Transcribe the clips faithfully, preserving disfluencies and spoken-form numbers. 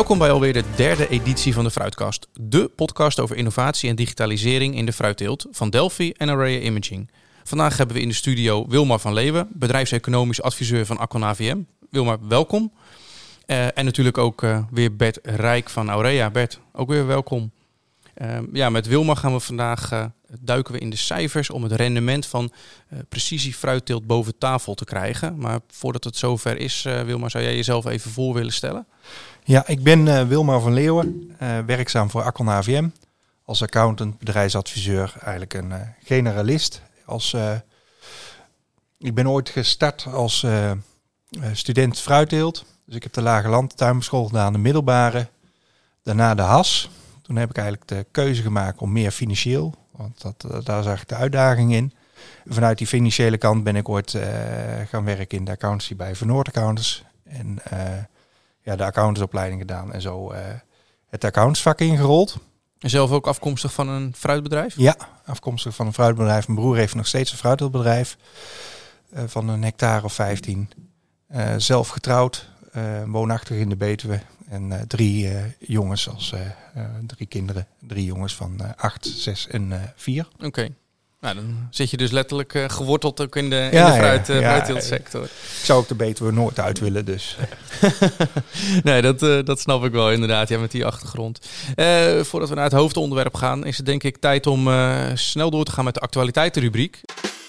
Welkom bij alweer de derde editie van de Fruitkast. De podcast over innovatie en digitalisering in de fruitteelt van Delphi en Aurelia Imaging. Vandaag hebben we in de studio Wilmar van Leeuwen, bedrijfseconomisch adviseur van Aquan A V M. Wilmar, welkom. Uh, en natuurlijk ook uh, weer Bert Rijk van Aurea. Bert, ook weer welkom. Uh, ja, met Wilmar gaan we vandaag uh, duiken we in de cijfers om het rendement van uh, precisie fruitteelt boven tafel te krijgen. Maar voordat het zover is, uh, Wilmar, zou jij jezelf even voor willen stellen? Ja, ik ben uh, Wilmar van Leeuwen, uh, werkzaam voor Aquan A V M. Als accountant, bedrijfsadviseur, eigenlijk een uh, generalist. Als, uh, ik ben ooit gestart als uh, student fruitteelt. Dus ik heb de lage landtuinbouwschool gedaan, de middelbare. Daarna de H A S. Toen heb ik eigenlijk de keuze gemaakt om meer financieel. Want dat, daar zag ik de uitdaging in. Vanuit die financiële kant ben ik ooit uh, gaan werken in de accountancy bij Van Noord Accountants. En uh, ja, de accountantsopleiding gedaan en zo uh, het accountantsvak ingerold. En zelf ook afkomstig van een fruitbedrijf? Ja, afkomstig van een fruitbedrijf. Mijn broer heeft nog steeds een fruitteeltbedrijf uh, van een hectare of vijftien. Uh, zelf getrouwd, uh, woonachtig in de Betuwe. En uh, drie uh, jongens als uh, uh, drie kinderen. Drie jongens van uh, acht, zes en uh, vier. Oké. Okay. Nou, dan zit je dus letterlijk uh, geworteld ook in de, ja, in de fruit, uh, ja, fruitteeltsector. Ik zou ook de Betuwe nooit uit willen, dus. nee, dat, uh, dat snap ik wel inderdaad, ja, met die achtergrond. Uh, voordat we naar het hoofdonderwerp gaan, is het denk ik tijd om uh, snel door te gaan met de actualiteitenrubriek.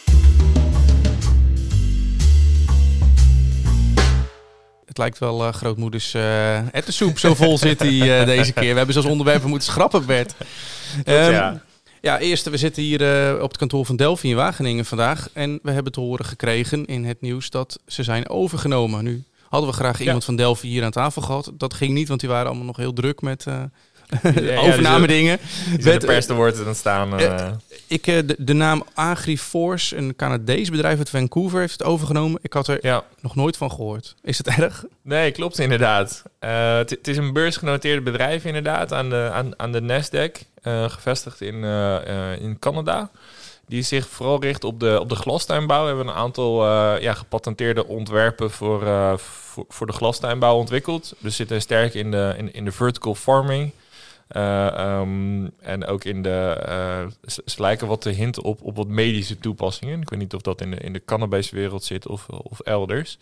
Het lijkt wel uh, grootmoeders uh, ettensoep, zo vol zit hij uh, deze keer. We hebben zelfs onderwerpen moeten schrappen, Bert. Goed, um, ja. Ja, eerst, we zitten hier uh, op het kantoor van Delphi in Wageningen vandaag. En we hebben te horen gekregen in het nieuws dat ze zijn overgenomen. Nu hadden we graag iemand ja. van Delphi hier aan tafel gehad. Dat ging niet, want die waren allemaal nog heel druk met uh, ja, overname dingen. Met de pers te woord aan staan. Uh. Uh, ik, uh, de, de naam AgriForce, een Canadees bedrijf uit Vancouver, heeft het overgenomen. Ik had er ja. nog nooit van gehoord. Is het erg? Nee, klopt inderdaad. Uh, het is een beursgenoteerd bedrijf inderdaad aan de, aan, aan de Nasdaq. Uh, gevestigd in, uh, uh, in Canada. Die zich vooral richt op de, op de glastuinbouw. We hebben een aantal uh, ja, gepatenteerde ontwerpen voor, uh, voor, voor de glastuinbouw ontwikkeld. Dus zitten sterk in de, in, in de vertical farming. Uh, um, en ook in de... Uh, ze, ze lijken wat te hinten op, op wat medische toepassingen. Ik weet niet of dat in de, in de cannabiswereld zit of, of elders.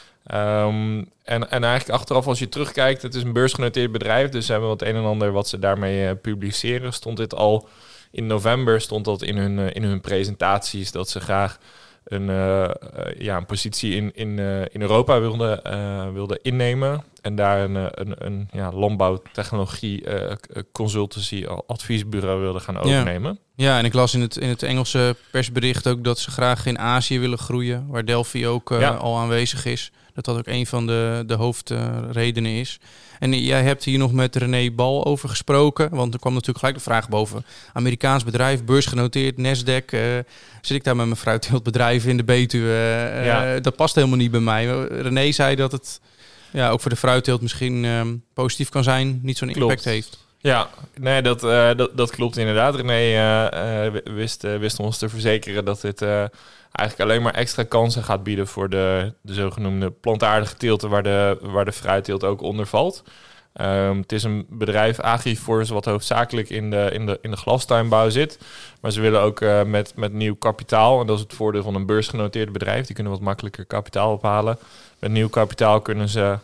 Um, en, en eigenlijk achteraf, als je terugkijkt, het is een beursgenoteerd bedrijf, dus ze hebben wat een en ander wat ze daarmee uh, publiceren. Stond dit al in november, stond dat in hun, uh, in hun presentaties, dat ze graag een, uh, uh, ja, een positie in, in, uh, in Europa wilden, uh, wilden innemen. En daar een, een, een ja, landbouwtechnologie uh, consultancy adviesbureau wilden gaan overnemen. Ja. ja, en ik las in het, in het Engelse persbericht ook dat ze graag in Azië willen groeien, waar Delphi ook uh, ja. al aanwezig is. Dat dat ook een van de, de hoofdredenen uh, is. En jij hebt hier nog met René Bal over gesproken, want er kwam natuurlijk gelijk de vraag boven. Amerikaans bedrijf, beursgenoteerd, Nasdaq. Uh, zit ik daar met mijn fruitteeltbedrijf in de Betuwe? Uh, ja. Dat past helemaal niet bij mij. René zei dat het ja, ook voor de fruitteelt misschien um, positief kan zijn, niet zo'n impact heeft. Ja, nee, dat, uh, dat, dat klopt inderdaad. René uh, uh, wist, uh, wist ons te verzekeren dat dit uh, eigenlijk alleen maar extra kansen gaat bieden voor de, de zogenoemde plantaardige teelten waar de, waar de fruitteelt ook onder valt. Um, het is een bedrijf, AgriForce, wat hoofdzakelijk in de, in de, in de glastuinbouw zit. Maar ze willen ook uh, met, met nieuw kapitaal, en dat is het voordeel van een beursgenoteerd bedrijf, die kunnen wat makkelijker kapitaal ophalen. Met nieuw kapitaal kunnen ze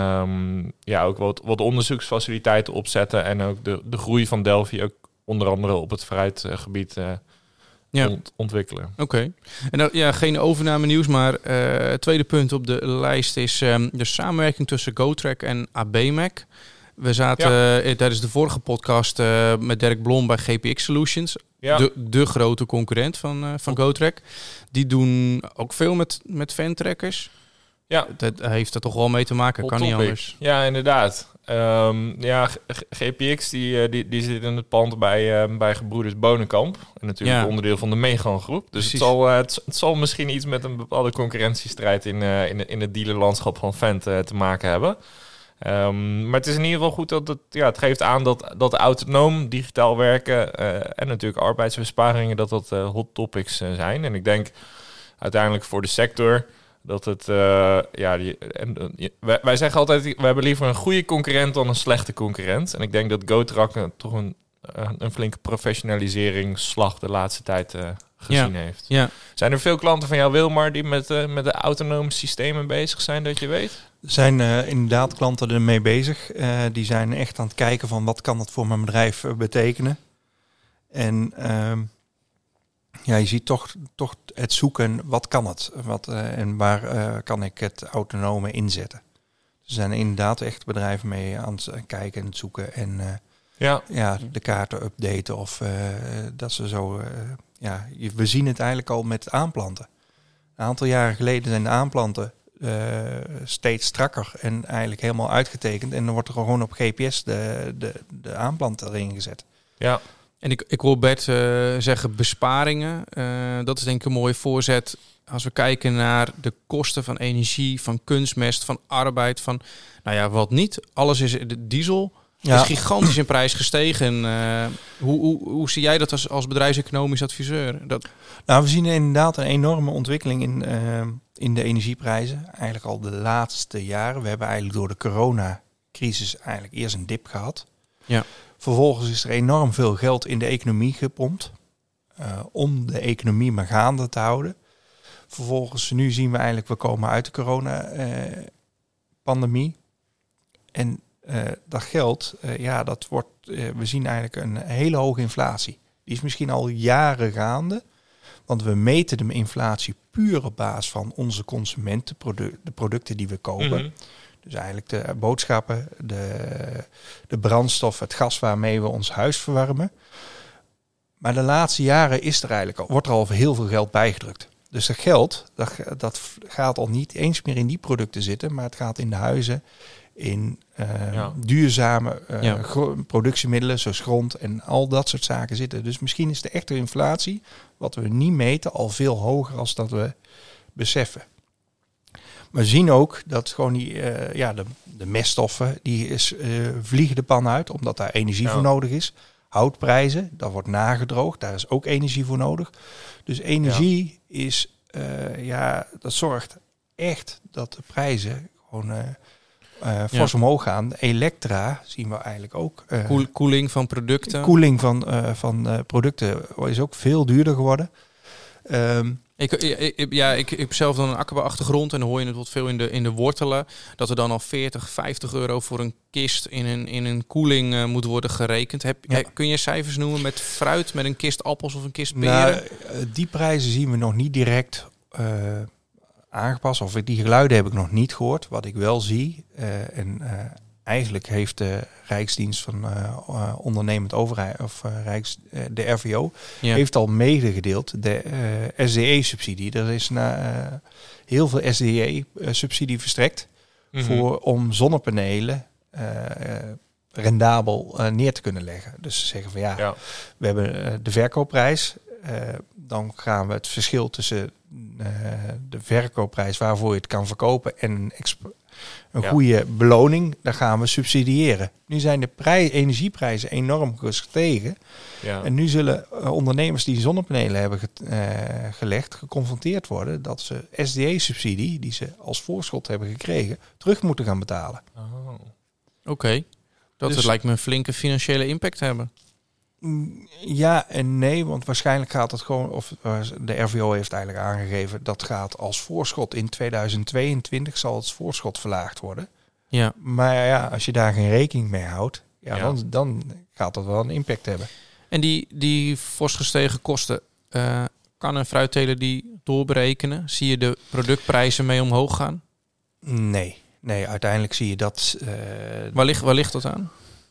um, ja, ook wat, wat onderzoeksfaciliteiten opzetten en ook de, de groei van Delphi ook onder andere op het fruitgebied uh, ja. ont, ontwikkelen. Oké. Okay. En dan, ja, geen overname nieuws, maar uh, het tweede punt op de lijst is um, de samenwerking tussen GoTrack en A B M E C. We zaten ja. uh, tijdens de vorige podcast uh, met Dirk Blom bij G P X Solutions. Ja. De, de grote concurrent van, uh, van GoTrack. Die doen ook veel met, met fan-trackers. Ja. Dat heeft er toch wel mee te maken, Hot kan topic. Niet anders. Ja, inderdaad. Um, ja, G P X die, die, die zit in het pand bij, uh, bij Gebroeders Bonenkamp. En natuurlijk ja. onderdeel van de Megan groep. Dus het zal, uh, het, het zal misschien iets met een bepaalde concurrentiestrijd in, uh, in, in het dealerlandschap van Fendt uh, te maken hebben. Um, maar het is in ieder geval goed dat het, ja, het geeft aan dat, dat autonoom digitaal werken uh, en natuurlijk arbeidsbesparingen, dat dat uh, hot topics uh, zijn. En ik denk uiteindelijk voor de sector Dat het, uh, ja, die, en, uh, wij, wij zeggen altijd, we hebben liever een goede concurrent dan een slechte concurrent. En ik denk dat GoTruck uh, toch een, uh, een flinke professionaliseringsslag de laatste tijd uh, gezien ja. heeft. Ja. Zijn er veel klanten van jou, Wilmar, die met, uh, met de autonome systemen bezig zijn, dat je weet? Er zijn uh, inderdaad klanten ermee bezig. Uh, die zijn echt aan het kijken van wat kan dat voor mijn bedrijf uh, betekenen. En uh, ja, je ziet toch, toch het zoeken, wat kan het? Wat, uh, en waar uh, kan ik het autonome inzetten? Er zijn inderdaad echt bedrijven mee aan het kijken en het zoeken. En uh, ja. Ja, de kaarten updaten of uh, dat ze zo... Uh, ja, we zien het eigenlijk al met aanplanten. Een aantal jaren geleden zijn de aanplanten uh, steeds strakker en eigenlijk helemaal uitgetekend. En dan wordt er gewoon op G P S de, de, de aanplant erin gezet. Ja. En ik, ik hoor Bert uh, zeggen besparingen. Uh, dat is denk ik een mooie voorzet. Als we kijken naar de kosten van energie, van kunstmest, van arbeid, van nou ja, wat niet. Alles is de diesel. Ja. Is gigantisch in prijs gestegen. Uh, hoe, hoe, hoe zie jij dat als, als bedrijfseconomisch adviseur? Dat... Nou, we zien inderdaad een enorme ontwikkeling in, uh, in de energieprijzen. Eigenlijk al de laatste jaren. We hebben eigenlijk door de coronacrisis eigenlijk eerst een dip gehad. Ja. Vervolgens is er enorm veel geld in de economie gepompt. Uh, om de economie maar gaande te houden. Vervolgens, nu zien we eigenlijk, we komen uit de corona-pandemie. Uh, en uh, dat geld, uh, ja, dat wordt, uh, we zien eigenlijk een hele hoge inflatie. Die is misschien al jaren gaande. Want we meten de inflatie puur op basis van onze consumentenproducten, de producten die we kopen. Mm-hmm. Dus eigenlijk de boodschappen, de, de brandstof, het gas waarmee we ons huis verwarmen. Maar de laatste jaren is er eigenlijk al, wordt er al heel veel geld bijgedrukt. Dus dat geld, dat, dat gaat al niet eens meer in die producten zitten, maar het gaat in de huizen, in uh, ja. duurzame uh, ja. gro- productiemiddelen zoals grond en al dat soort zaken zitten. Dus misschien is de echte inflatie, wat we niet meten, al veel hoger als dat we beseffen. We zien ook dat gewoon die, uh, ja, de, de meststoffen, die is, uh, vliegen de pan uit, omdat daar energie ja. voor nodig is. Houtprijzen, dat wordt nagedroogd, daar is ook energie voor nodig. Dus energie ja. is, uh, ja, dat zorgt echt dat de prijzen gewoon uh, uh, fors ja. omhoog gaan. Elektra zien we eigenlijk ook. Uh, Koel, koeling van producten. Koeling van, uh, van uh, producten is ook veel duurder geworden. Um, Ik, ik, ja, ik, ik heb zelf dan een akkerbouwachtergrond en dan hoor je het wat veel in de, in de wortelen. Dat er dan al veertig, vijftig euro voor een kist in een, in een koeling uh, moet worden gerekend. Heb, ja. Kun je cijfers noemen met fruit, met een kist appels of een kist peren? Nou, die prijzen zien we nog niet direct uh, aangepast. Of die geluiden heb ik nog niet gehoord. Wat ik wel zie, uh, en uh, eigenlijk heeft de Rijksdienst van uh, uh, Ondernemend Overheid, of uh, Rijks, uh, de R V O, ja. heeft al medegedeeld de uh, S D E-subsidie. Er is na, uh, heel veel S D E-subsidie verstrekt mm-hmm. voor om zonnepanelen uh, uh, rendabel uh, neer te kunnen leggen. Dus ze zeggen van ja, ja. we hebben uh, de verkoopprijs. Uh, dan gaan we het verschil tussen uh, de verkoopprijs waarvoor je het kan verkopen en een exp- Een ja. goede beloning, daar gaan we subsidiëren. Nu zijn de prij- energieprijzen enorm gestegen. Ja. En nu zullen uh, ondernemers die zonnepanelen hebben ge- uh, gelegd, geconfronteerd worden dat ze S D E-subsidie, die ze als voorschot hebben gekregen, terug moeten gaan betalen. Oh. Oké, okay. dat dus, het lijkt me een flinke financiële impact hebben. Ja en nee, want waarschijnlijk gaat het gewoon, of de R V O heeft eigenlijk aangegeven, dat gaat als voorschot in tweeduizend tweeëntwintig zal het voorschot verlaagd worden. Ja. Maar ja, als je daar geen rekening mee houdt, ja, ja. Dan, dan gaat dat wel een impact hebben. En die, die fors gestegen kosten, uh, kan een fruitteler die doorberekenen? Zie je de productprijzen mee omhoog gaan? Nee, nee, uiteindelijk zie je dat. Uh, waar, ligt, waar ligt dat aan?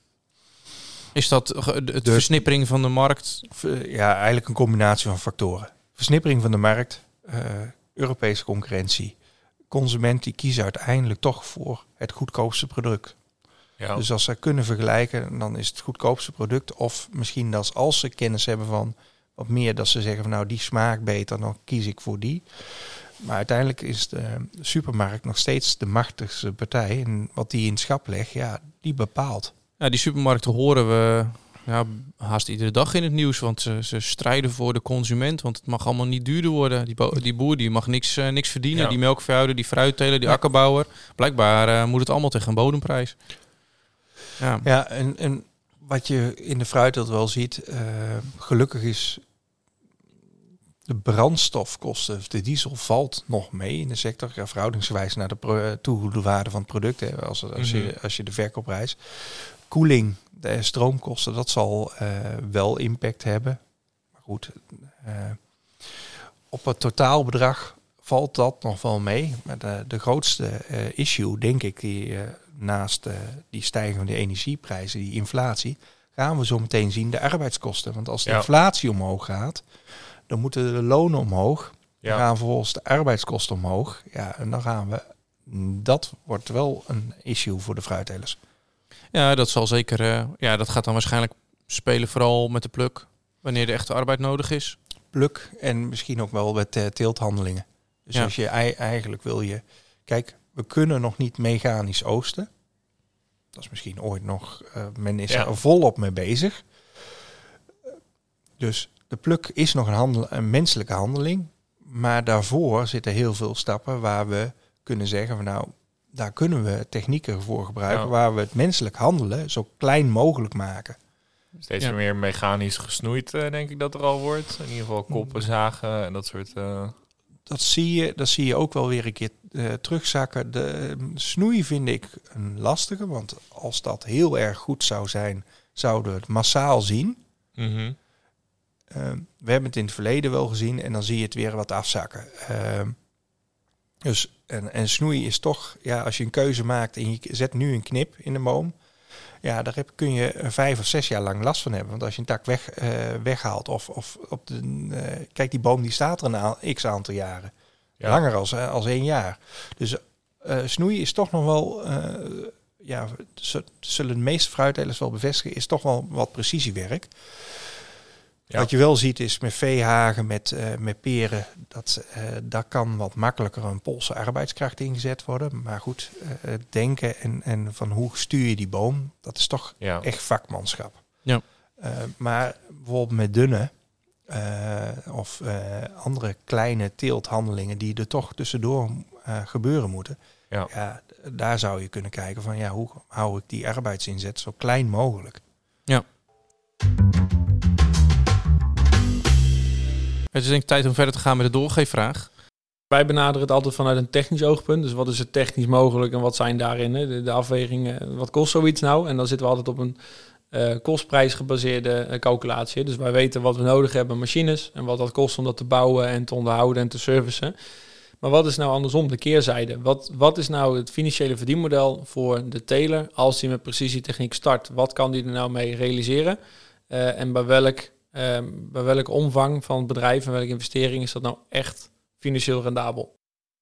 Is dat de, de versnippering van de markt? Ja, eigenlijk een combinatie van factoren. Versnippering van de markt, uh, Europese concurrentie. Consumenten die kiezen uiteindelijk toch voor het goedkoopste product. Ja. Dus als ze kunnen vergelijken, dan is het goedkoopste product. Of misschien dat als ze kennis hebben van wat meer, dat ze zeggen van nou die smaakt beter, dan kies ik voor die. Maar uiteindelijk is de supermarkt nog steeds de machtigste partij. En wat die in het schap legt, ja, die bepaalt. Ja, die supermarkten horen we ja, haast iedere dag in het nieuws. Want ze, ze strijden voor de consument. Want het mag allemaal niet duurder worden. Die, bo- die boer die mag niks, uh, niks verdienen. Ja. Die melkveehouder, die fruitteler, die Ja. akkerbouwer. Blijkbaar uh, moet het allemaal tegen een bodemprijs. Ja, Ja, en, en wat je in de fruitteelt wel ziet, uh, gelukkig is de brandstofkosten, de diesel valt nog mee in de sector. Ja, verhoudingsgewijs naar de pro- toegevoegde waarde van het product. Hè, als, als, Mhm. je, als je de verkoopprijs. Koeling, de stroomkosten, dat zal uh, wel impact hebben. Maar goed, uh, op het totaalbedrag valt dat nog wel mee. Maar de, de grootste uh, issue, denk ik, die uh, naast uh, die stijging van de energieprijzen, die inflatie, gaan we zo meteen zien de arbeidskosten. Want als de Ja. inflatie omhoog gaat, dan moeten de lonen omhoog. Ja. Dan gaan vervolgens de arbeidskosten omhoog. Ja, en dan gaan we... Dat wordt wel een issue voor de fruittelers. ja dat zal zeker... Uh, ja, dat gaat dan waarschijnlijk spelen vooral met de pluk. Wanneer de echte arbeid nodig is. Pluk en misschien ook wel met uh, teelthandelingen. Dus Ja. als je ei- eigenlijk wil je... Kijk, we kunnen nog niet mechanisch oosten. Dat is misschien ooit nog... Uh, men is Ja. er volop mee bezig. Dus de pluk is nog een, handel, een menselijke handeling. Maar daarvoor zitten heel veel stappen waar we kunnen zeggen van nou, daar kunnen we technieken voor gebruiken Ja. waar we het menselijk handelen zo klein mogelijk maken. Steeds Ja. meer mechanisch gesnoeid, uh, denk ik dat er al wordt. In ieder geval koppen, zagen en dat soort... Uh... Dat zie je, dat zie je ook wel weer een keer uh, terugzakken. De uh, snoei vind ik een lastige, want als dat heel erg goed zou zijn, zouden we het massaal zien. Mm-hmm. Uh, we hebben het in het verleden wel gezien en dan zie je het weer wat afzakken. Uh, dus en, en snoei is toch, ja, als je een keuze maakt en je zet nu een knip in de boom, ja, daar heb, kun je vijf of zes jaar lang last van hebben. Want als je een tak weg, uh, weghaalt of, of op de, uh, kijk, die boom die staat er een a- x aantal jaren, Ja. langer als, uh, als één jaar. Dus uh, snoei is toch nog wel, uh, ja, z- zullen de meeste fruittelers wel bevestigen, is toch wel wat precisiewerk. Ja. Wat je wel ziet is met veehagen, met, uh, met peren, dat, uh, daar kan wat makkelijker een Poolse arbeidskracht ingezet worden. Maar goed, uh, denken en, en van hoe stuur je die boom, dat is toch Ja. echt vakmanschap. Ja. Uh, maar bijvoorbeeld met dunne uh, of uh, andere kleine teelthandelingen die er toch tussendoor uh, gebeuren moeten. Ja. Ja, daar zou je kunnen kijken van ja, hoe hou ik die arbeidsinzet zo klein mogelijk. Ja. Het is denk ik tijd om verder te gaan met de doorgeefvraag. Wij benaderen het altijd vanuit een technisch oogpunt. Dus wat is er technisch mogelijk en wat zijn daarin hè? De, de afwegingen? Wat kost zoiets nou? En dan zitten we altijd op een uh, kostprijsgebaseerde uh, calculatie. Dus wij weten wat we nodig hebben aan machines en wat dat kost om dat te bouwen en te onderhouden en te servicen. Maar wat is nou andersom, de keerzijde? Wat, wat is nou het financiële verdienmodel voor de teler als hij met precisietechniek start? Wat kan die er nou mee realiseren? Uh, en bij welk, uh, bij welke omvang van het bedrijf en welke investering is dat nou echt financieel rendabel?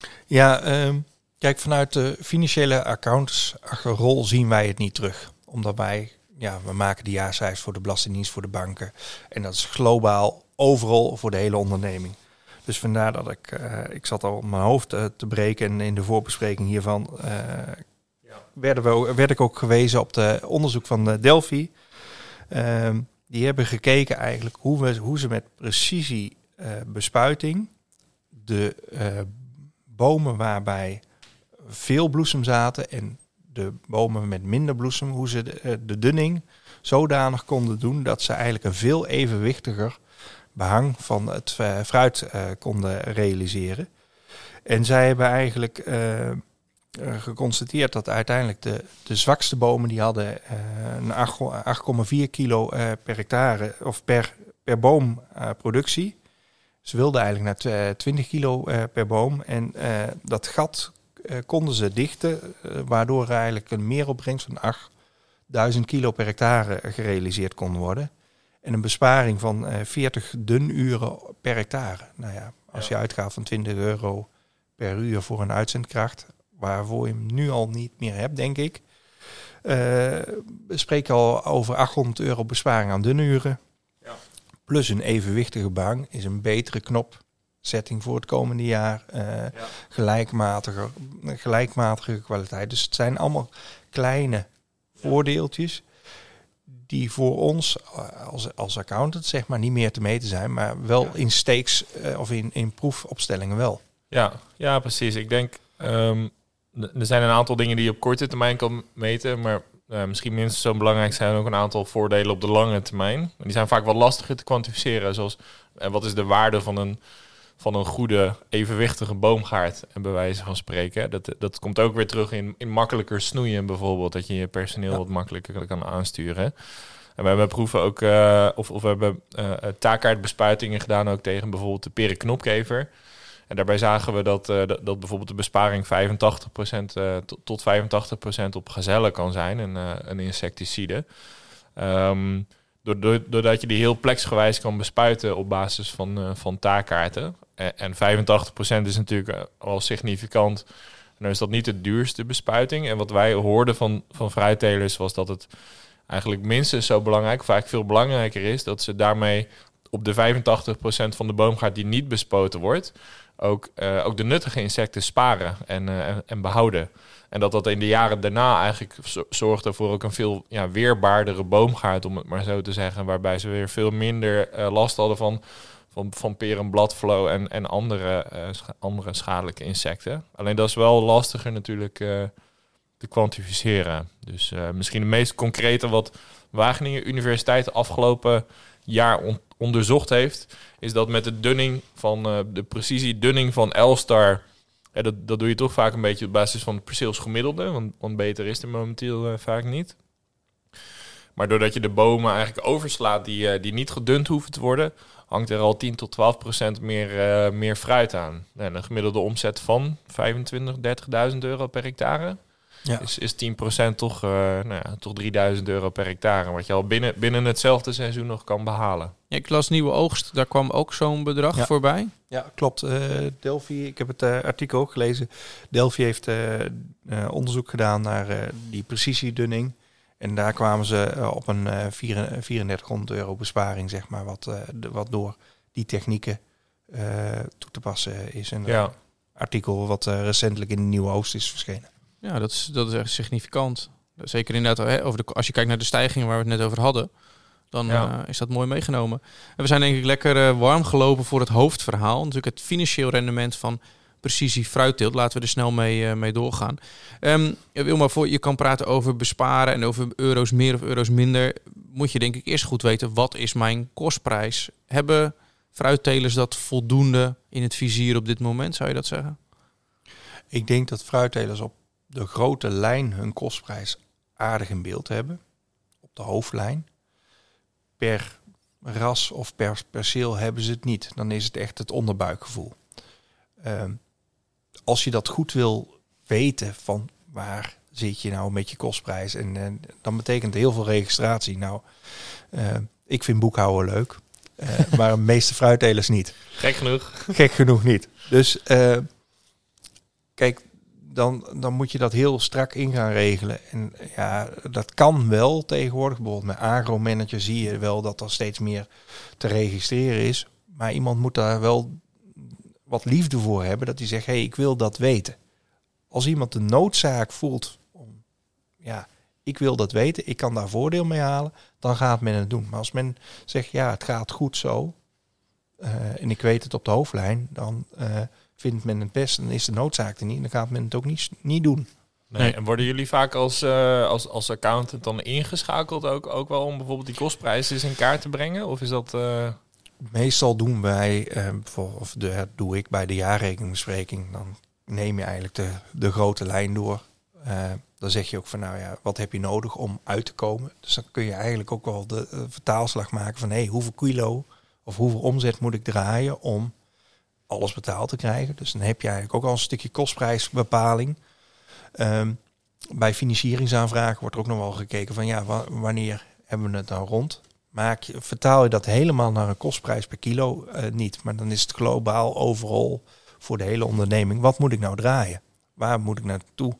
Ja, um, kijk, vanuit de financiële accountantsrol zien wij het niet terug. Omdat wij, ja, we maken de jaarcijfers voor de Belastingdienst, voor de banken. En dat is globaal overal voor de hele onderneming. Dus vandaar dat ik, uh, ik zat al op mijn hoofd uh, te breken en in de voorbespreking hiervan uh, ja. werden we, werd ik ook gewezen op de onderzoek van uh, Delphi. Uh, die hebben gekeken eigenlijk hoe, we, hoe ze met precisie uh, bespuiting de uh, bomen waarbij veel bloesem zaten en de bomen met minder bloesem, hoe ze de, uh, de dunning zodanig konden doen dat ze eigenlijk een veel evenwichtiger behang van het uh, fruit uh, konden realiseren. En zij hebben eigenlijk uh, uh, geconstateerd dat uiteindelijk de, de zwakste bomen die hadden uh, een acht komma vier kilo uh, per hectare of per, per boom uh, productie. Ze wilden eigenlijk naar twintig kilo uh, per boom. En uh, dat gat uh, konden ze dichten, uh, waardoor er eigenlijk een meeropbrengst van achtduizend kilo per hectare gerealiseerd kon worden. En een besparing van uh, veertig dunuren per hectare. Nou ja, als ja. je uitgaat van twintig euro per uur voor een uitzendkracht, waarvoor je hem nu al niet meer hebt, denk ik. Uh, we spreken al over achthonderd euro besparing aan dunuren. Ja. Plus een evenwichtige behang is een betere knopzetting voor het komende jaar. Uh, ja. gelijkmatige, gelijkmatige kwaliteit. Dus het zijn allemaal kleine ja. voordeeltjes die voor ons als, als accountant zeg maar niet meer te meten zijn, maar wel ja. in stakes uh, of in, in proefopstellingen wel. Ja, ja, precies. Ik denk, um, er zijn een aantal dingen die je op korte termijn kan meten, maar uh, misschien minstens zo belangrijk zijn ook een aantal voordelen op de lange termijn. Die zijn vaak wat lastiger te kwantificeren, zoals uh, wat is de waarde van een van een goede, evenwichtige boomgaard, en bij wijze van spreken. Dat, dat komt ook weer terug in, in makkelijker snoeien bijvoorbeeld, dat je je personeel ja. wat makkelijker kan aansturen. En we hebben proeven ook, uh, of, of we hebben uh, taakkaartbespuitingen gedaan ook tegen bijvoorbeeld de perenknopkever. En daarbij zagen we dat, uh, dat, dat bijvoorbeeld de besparing vijfentachtig procent uh, tot, tot vijfentachtig procent op gazellen kan zijn, een, uh, een insecticide. Um, Doordat je die heel pleksgewijs kan bespuiten op basis van, uh, van taakkaarten. En, en vijfentachtig procent is natuurlijk al significant. En dan is dat niet de duurste bespuiting. En wat wij hoorden van, van fruittelers was dat het eigenlijk minstens zo belangrijk, of eigenlijk veel belangrijker is, dat ze daarmee op de vijfentachtig procent van de boomgaard die niet bespoten wordt, ook, uh, ook de nuttige insecten sparen en, uh, en, en behouden. En dat dat in de jaren daarna eigenlijk zorgde voor ook een veel ja, weerbaardere boomgaard, om het maar zo te zeggen. Waarbij ze weer veel minder uh, last hadden van, van, van perenbladvlo en, en andere, uh, scha- andere schadelijke insecten. Alleen dat is wel lastiger natuurlijk uh, te kwantificeren. Dus uh, misschien het meest concrete wat Wageningen Universiteit afgelopen jaar on- onderzocht heeft, is dat met de dunning van uh, de precisie-dunning van Elstar. Ja, dat, dat doe je toch vaak een beetje op basis van het perceelsgemiddelde, want, want beter is er momenteel uh, vaak niet. Maar doordat je de bomen eigenlijk overslaat die, uh, die niet gedund hoeven te worden, hangt er al tien tot twaalf procent meer, uh, meer fruit aan. En een gemiddelde omzet van vijfentwintigduizend, dertigduizend euro per hectare. Ja. Is, is tien procent toch, uh, nou ja, toch drieduizend euro per hectare, wat je al binnen, binnen hetzelfde seizoen nog kan behalen. Ja, ik las Nieuwe Oogst, daar kwam ook zo'n bedrag ja. voorbij. Ja, klopt. Uh, Delphi, ik heb het uh, artikel ook gelezen. Delphi heeft uh, uh, onderzoek gedaan naar uh, die precisiedunning. En daar kwamen ze uh, op een uh, vierentdertighonderd euro besparing, zeg maar, wat, uh, de, wat door die technieken uh, toe te passen is. Een ja. artikel wat uh, recentelijk in de Nieuwe Oogst is verschenen. Ja, dat is, dat is echt significant. Zeker inderdaad, hè, over de, als je kijkt naar de stijgingen waar we het net over hadden, dan ja. uh, is dat mooi meegenomen. En we zijn denk ik lekker uh, warm gelopen voor het hoofdverhaal. Natuurlijk het financieel rendement van precisie fruitteelt. Laten we er snel mee, uh, mee doorgaan. Um, Wilma, voor je kan praten over besparen en over euro's meer of euro's minder, moet je denk ik eerst goed weten, wat is mijn kostprijs? Hebben fruittelers dat voldoende in het vizier op dit moment, zou je dat zeggen? Ik denk dat fruittelers op de grote lijn hun kostprijs aardig in beeld hebben. Op de hoofdlijn. Per ras of per perceel hebben ze het niet. Dan is het echt het onderbuikgevoel. Uh, als je dat goed wil weten van waar zit je nou met je kostprijs, en, en dan betekent heel veel registratie. Nou, uh, ik vind boekhouden leuk, uh, maar de meeste fruittelers niet. Gek genoeg. Gek genoeg niet. Dus uh, kijk, dan, dan moet je dat heel strak in gaan regelen. En ja, dat kan wel tegenwoordig. Bijvoorbeeld met agromanager zie je wel dat er steeds meer te registreren is. Maar iemand moet daar wel wat liefde voor hebben, dat hij zegt, hé, hey, ik wil dat weten. Als iemand de noodzaak voelt om, ja, ik wil dat weten, ik kan daar voordeel mee halen, dan gaat men het doen. Maar als men zegt, ja, het gaat goed zo, uh, en ik weet het op de hoofdlijn, dan uh, vindt men het best, dan is de noodzaak er niet, en dan gaat men het ook niet, niet doen. Nee, nee. En worden jullie vaak als, uh, als, als accountant dan ingeschakeld ook, ook wel om bijvoorbeeld die kostprijzen eens in kaart te brengen? Of is dat... Uh... Meestal doen wij, uh, of de, dat doe ik bij de jaarrekeningbespreking, dan neem je eigenlijk de, de grote lijn door. Uh, dan zeg je ook van, nou ja, wat heb je nodig om uit te komen? Dus dan kun je eigenlijk ook wel de uh, vertaalslag maken van, hé, hey, hoeveel kilo of hoeveel omzet moet ik draaien om alles betaald te krijgen? Dus dan heb je eigenlijk ook al een stukje kostprijsbepaling. Um, bij financieringsaanvragen wordt er ook nog wel gekeken van, ja, wa- wanneer hebben we het nou rond? Maak je, vertaal je dat helemaal naar een kostprijs per kilo? Uh, niet, maar dan is het globaal overal voor de hele onderneming. Wat moet ik nou draaien? Waar moet ik naartoe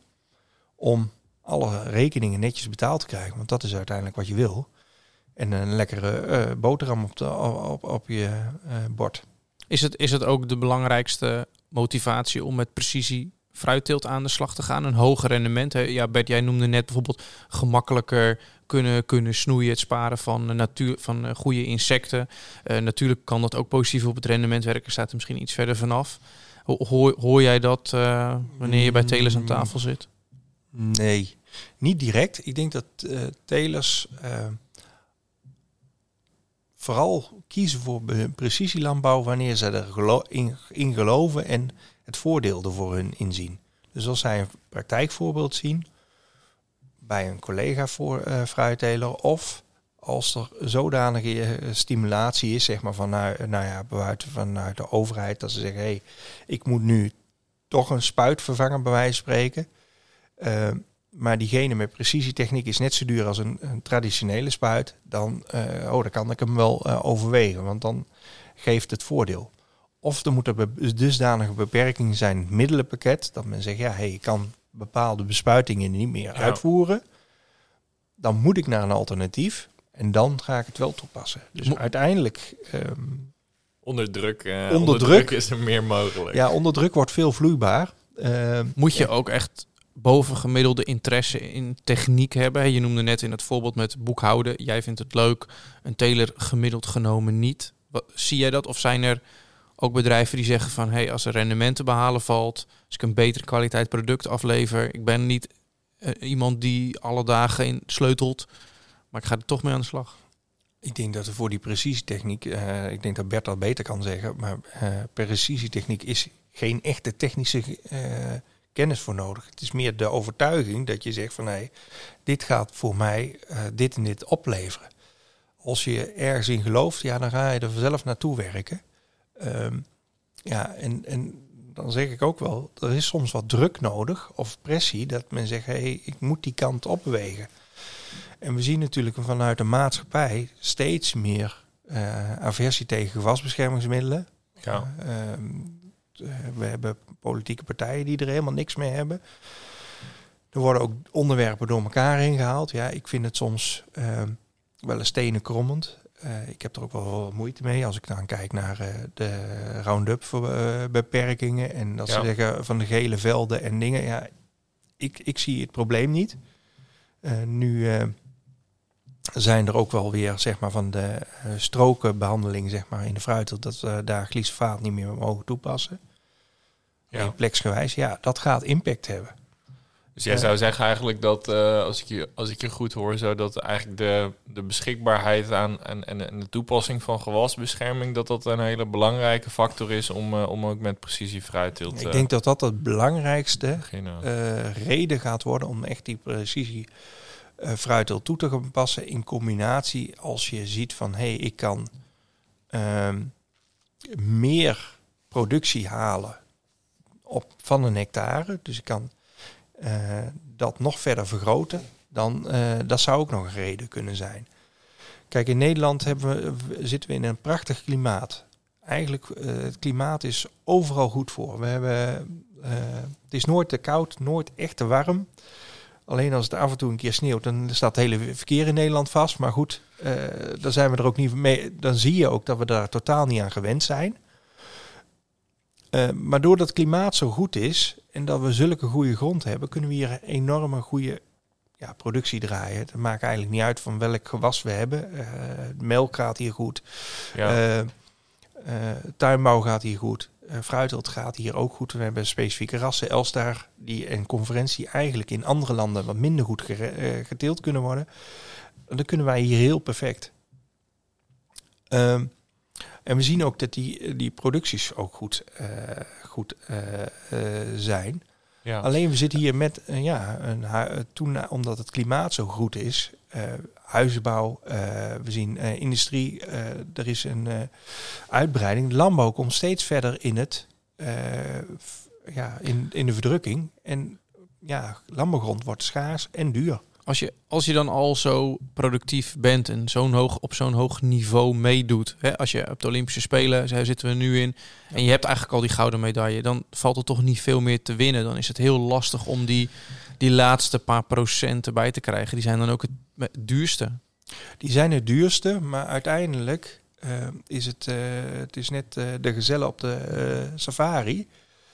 om alle rekeningen netjes betaald te krijgen? Want dat is uiteindelijk wat je wil. En een lekkere uh, boterham op, de, op, op je uh, bord. Is het, is het ook de belangrijkste motivatie om met precisie fruitteelt aan de slag te gaan? Een hoger rendement? Hè? Ja, Bert, jij noemde net bijvoorbeeld gemakkelijker kunnen, kunnen snoeien, het sparen van, uh, natuur, van uh, goede insecten. Uh, natuurlijk kan dat ook positief op het rendement werken, staat er misschien iets verder vanaf. Ho- hoor, hoor jij dat uh, wanneer je bij telers aan tafel zit? Nee, niet direct. Ik denk dat uh, telers uh, vooral kiezen voor be- precisielandbouw wanneer ze er gelo- in, in geloven en het voordeel er voor hun inzien. Dus als zij een praktijkvoorbeeld zien bij een collega voor uh, fruitteler, of als er zodanige uh, stimulatie is, zeg maar vanuit, nou ja, buiten vanuit de overheid, dat ze zeggen, hé, hey, ik moet nu toch een spuit vervangen, bij wijze van spreken. Uh, maar diegene met precisietechniek is net zo duur als een, een traditionele spuit, dan, uh, oh, dan kan ik hem wel uh, overwegen, want dan geeft het voordeel. Of er moet er be- dusdanige beperkingen zijn in het middelenpakket, dat men zegt, ja, hey, ik kan bepaalde bespuitingen niet meer ja. uitvoeren. Dan moet ik naar een alternatief en dan ga ik het wel toepassen. Dus Mo- uiteindelijk... Um, onder druk, uh, onder, onder druk druk is er meer mogelijk. Ja, onder druk wordt veel vloeibaar. Uh, moet je ja. ook echt bovengemiddelde interesse in techniek hebben? Je noemde net in het voorbeeld met boekhouden, jij vindt het leuk, een teler gemiddeld genomen niet. Wat, zie jij dat? Of zijn er ook bedrijven die zeggen van, hey, als er rendement te behalen valt, als ik een betere kwaliteit product aflever, ik ben niet uh, iemand die alle dagen in sleutelt, maar ik ga er toch mee aan de slag. Ik denk dat er voor die precisietechniek, uh, ik denk dat Bert dat beter kan zeggen, maar uh, precisietechniek is geen echte technische uh, kennis voor nodig. Het is meer de overtuiging dat je zegt van, hey, dit gaat voor mij uh, dit en dit opleveren. Als je ergens in gelooft, ja, dan ga je er zelf naartoe werken. Um, ja, en, en dan zeg ik ook wel, er is soms wat druk nodig of pressie, dat men zegt, hé, hey, ik moet die kant opbewegen. En we zien natuurlijk vanuit de maatschappij steeds meer uh, aversie tegen gewasbeschermingsmiddelen. Ja. Uh, um, we hebben politieke partijen die er helemaal niks mee hebben. Er worden ook onderwerpen door elkaar heen gehaald. Ja, ik vind het soms uh, wel eens stenen krommend. Uh, ik heb er ook wel wat moeite mee als ik dan kijk naar uh, de Roundup voor, uh, beperkingen en dat ja. ze zeggen van de gele velden en dingen. Ja, ik, ik zie het probleem niet. Uh, nu uh, zijn er ook wel weer zeg maar van de uh, strokenbehandeling zeg maar in de fruit dat we daar glyfosaat niet meer mogen toepassen. Ja. Pleksgewijs, ja, dat gaat impact hebben. Dus jij zou zeggen eigenlijk dat, uh, als, ik je, als ik je goed hoor, zo dat eigenlijk de, de beschikbaarheid aan en, en, en de toepassing van gewasbescherming, dat dat een hele belangrijke factor is om, uh, om ook met precisie fruitteelt te Ik denk dat dat het belangrijkste uh, reden gaat worden om echt die precisie uh, fruitteelt toe te gaan passen in combinatie als je ziet van, hé, hey, ik kan uh, meer productie halen op, van een hectare, dus ik kan Uh, dat nog verder vergroten, dan uh, dat zou ook nog een reden kunnen zijn. Kijk, in Nederland hebben we, zitten we in een prachtig klimaat. Eigenlijk, uh, het klimaat is overal goed voor. We hebben, uh, het is nooit te koud, nooit echt te warm. Alleen als het af en toe een keer sneeuwt, dan staat het hele verkeer in Nederland vast. Maar goed, uh, dan zijn we er ook niet mee. Dan zie je ook dat we daar totaal niet aan gewend zijn. Uh, maar doordat het klimaat zo goed is en dat we zulke goede grond hebben, kunnen we hier een enorme goede ja, productie draaien. Het maakt eigenlijk niet uit van welk gewas we hebben. Uh, melk gaat hier goed. Ja. Uh, uh, tuinbouw gaat hier goed. Uh, fruitteelt gaat hier ook goed. We hebben specifieke rassen. Elstar die een conferentie eigenlijk in andere landen wat minder goed gere- uh, geteeld kunnen worden. Dan kunnen wij hier heel perfect. Uh, En we zien ook dat die, die producties ook goed, uh, goed uh, uh, zijn. Ja. Alleen we zitten hier met, uh, ja, een hu- toen, omdat het klimaat zo goed is, uh, huizenbouw, uh, we zien uh, industrie, uh, er is een uh, uitbreiding. De landbouw komt steeds verder in, het, uh, f- ja, in, in de verdrukking. En ja, landbouwgrond wordt schaars en duur. Als je, als je dan al zo productief bent en zo'n hoog, op zo'n hoog niveau meedoet. Hè, als je op de Olympische Spelen, daar zitten we nu in. En je hebt eigenlijk al die gouden medaille. Dan valt er toch niet veel meer te winnen. Dan is het heel lastig om die, die laatste paar procent erbij te krijgen. Die zijn dan ook het, het duurste. Die zijn het duurste, maar uiteindelijk uh, is het, uh, het is net uh, de gezellen op de uh, safari.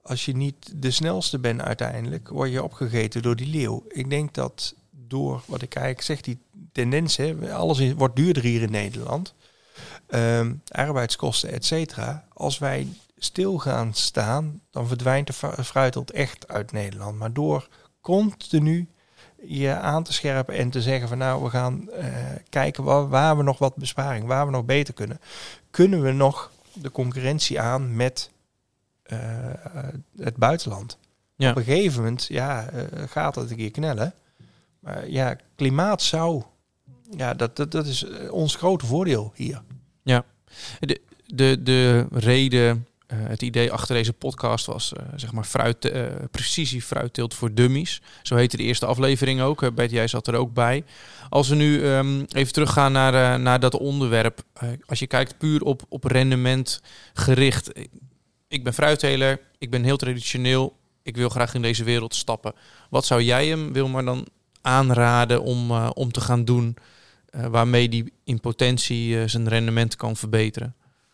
als je niet de snelste bent uiteindelijk, word je opgegeten door die leeuw. Ik denk dat door, wat ik eigenlijk zeg, die tendens, hè, alles is, wordt duurder hier in Nederland. Um, arbeidskosten, et cetera. Als wij stil gaan staan, dan verdwijnt de fruitteelt echt uit Nederland. Maar door continu je aan te scherpen en te zeggen van nou, we gaan uh, kijken waar, waar we nog wat besparing, waar we nog beter kunnen. Kunnen we nog de concurrentie aan met uh, het buitenland? Ja. Op een gegeven moment ja, uh, gaat het een keer knellen. Maar ja, klimaat zou, ja, dat, dat, dat is ons grote voordeel hier. Ja, de, de, de reden, uh, het idee achter deze podcast was, uh, zeg maar, fruit, uh, precisie fruitteelt voor dummies. Zo heette de eerste aflevering ook. Uh, Bert, jij zat er ook bij. Als we nu um, even teruggaan naar, uh, naar dat onderwerp. Uh, als je kijkt puur op, op rendement gericht. Ik ben fruitteler, ik ben heel traditioneel. Ik wil graag in deze wereld stappen. Wat zou jij hem, Wilmar, dan aanraden om, uh, om te gaan doen, uh, waarmee die in potentie uh, zijn rendement kan verbeteren?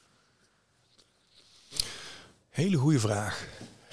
Hele goede vraag.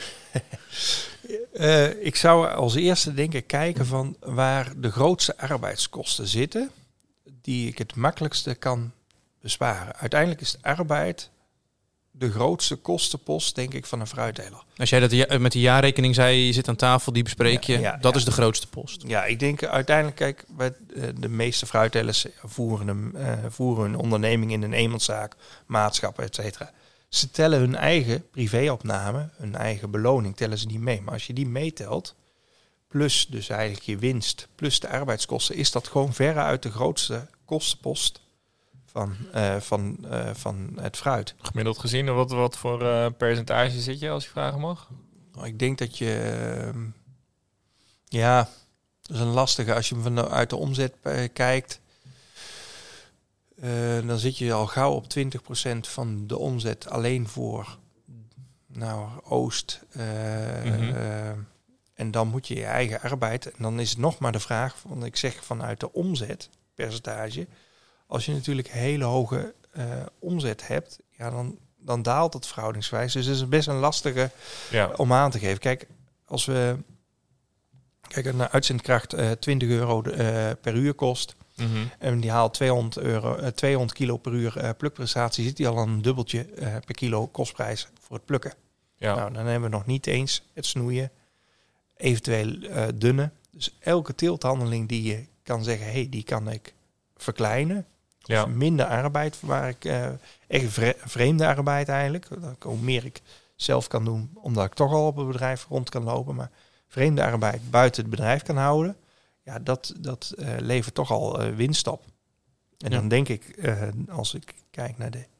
uh, ik zou als eerste denk ik kijken van waar de grootste arbeidskosten zitten, die ik het makkelijkste kan besparen. Uiteindelijk is de arbeid de grootste kostenpost, denk ik, van een fruitteler. Als jij dat ja, met de jaarrekening zei, je zit aan tafel, die bespreek je, ja, ja, dat ja. is de grootste post. Ja, ik denk uiteindelijk, kijk, bij de meeste fruittelers voeren, een, uh, voeren een onderneming in een eenmanszaak, maatschappen, et cetera. Ze tellen hun eigen privéopname, hun eigen beloning, tellen ze niet mee. Maar als je die meetelt, plus dus eigenlijk je winst, plus de arbeidskosten, is dat gewoon veruit de grootste kostenpost van, uh, van, uh, van het fruit. Gemiddeld gezien, wat, wat voor uh, percentage zit je, als je vragen mag? Ik denk dat je, uh, ja, dat is een lastige. Als je vanuit de omzet uh, kijkt, uh, dan zit je al gauw op twintig procent van de omzet alleen voor, nou, Oost. Uh, mm-hmm. uh, en dan moet je je eigen arbeid, en dan is het nog maar de vraag, want ik zeg vanuit de omzetpercentage. Als je natuurlijk hele hoge uh, omzet hebt, ja, dan, dan daalt het verhoudingswijs. Dus het is best een lastige ja. om aan te geven. Kijk, als we kijken naar uitzendkracht uh, twintig euro uh, per uur kost, mm-hmm. en die haalt tweehonderd, euro, uh, tweehonderd kilo per uur uh, plukprestatie, zit die al een dubbeltje uh, per kilo kostprijs voor het plukken. Ja. Nou, dan hebben we nog niet eens het snoeien, eventueel uh, dunnen. Dus elke teelthandeling die je kan zeggen, hé, hey, die kan ik verkleinen. Ja. Minder arbeid, waar ik uh, echt vre- vreemde arbeid eigenlijk. Dat ik, hoe meer ik zelf kan doen, omdat ik toch al op het bedrijf rond kan lopen. Maar vreemde arbeid buiten het bedrijf kan houden. Ja, dat, dat uh, levert toch al uh, winst op. En ja. dan denk ik, uh, als ik kijk naar de,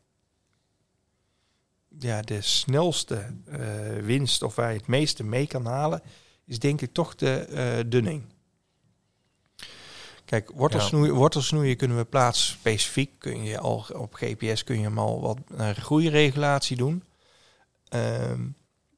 ja, de snelste uh, winst, of waar je het meeste mee kan halen, is denk ik toch de uh, dunning. Kijk, wortelsnoeien, ja. wortelsnoeien kunnen we plaatsspecifiek. Kun je al op G P S kun je hem al wat naar groeiregulatie doen. Um,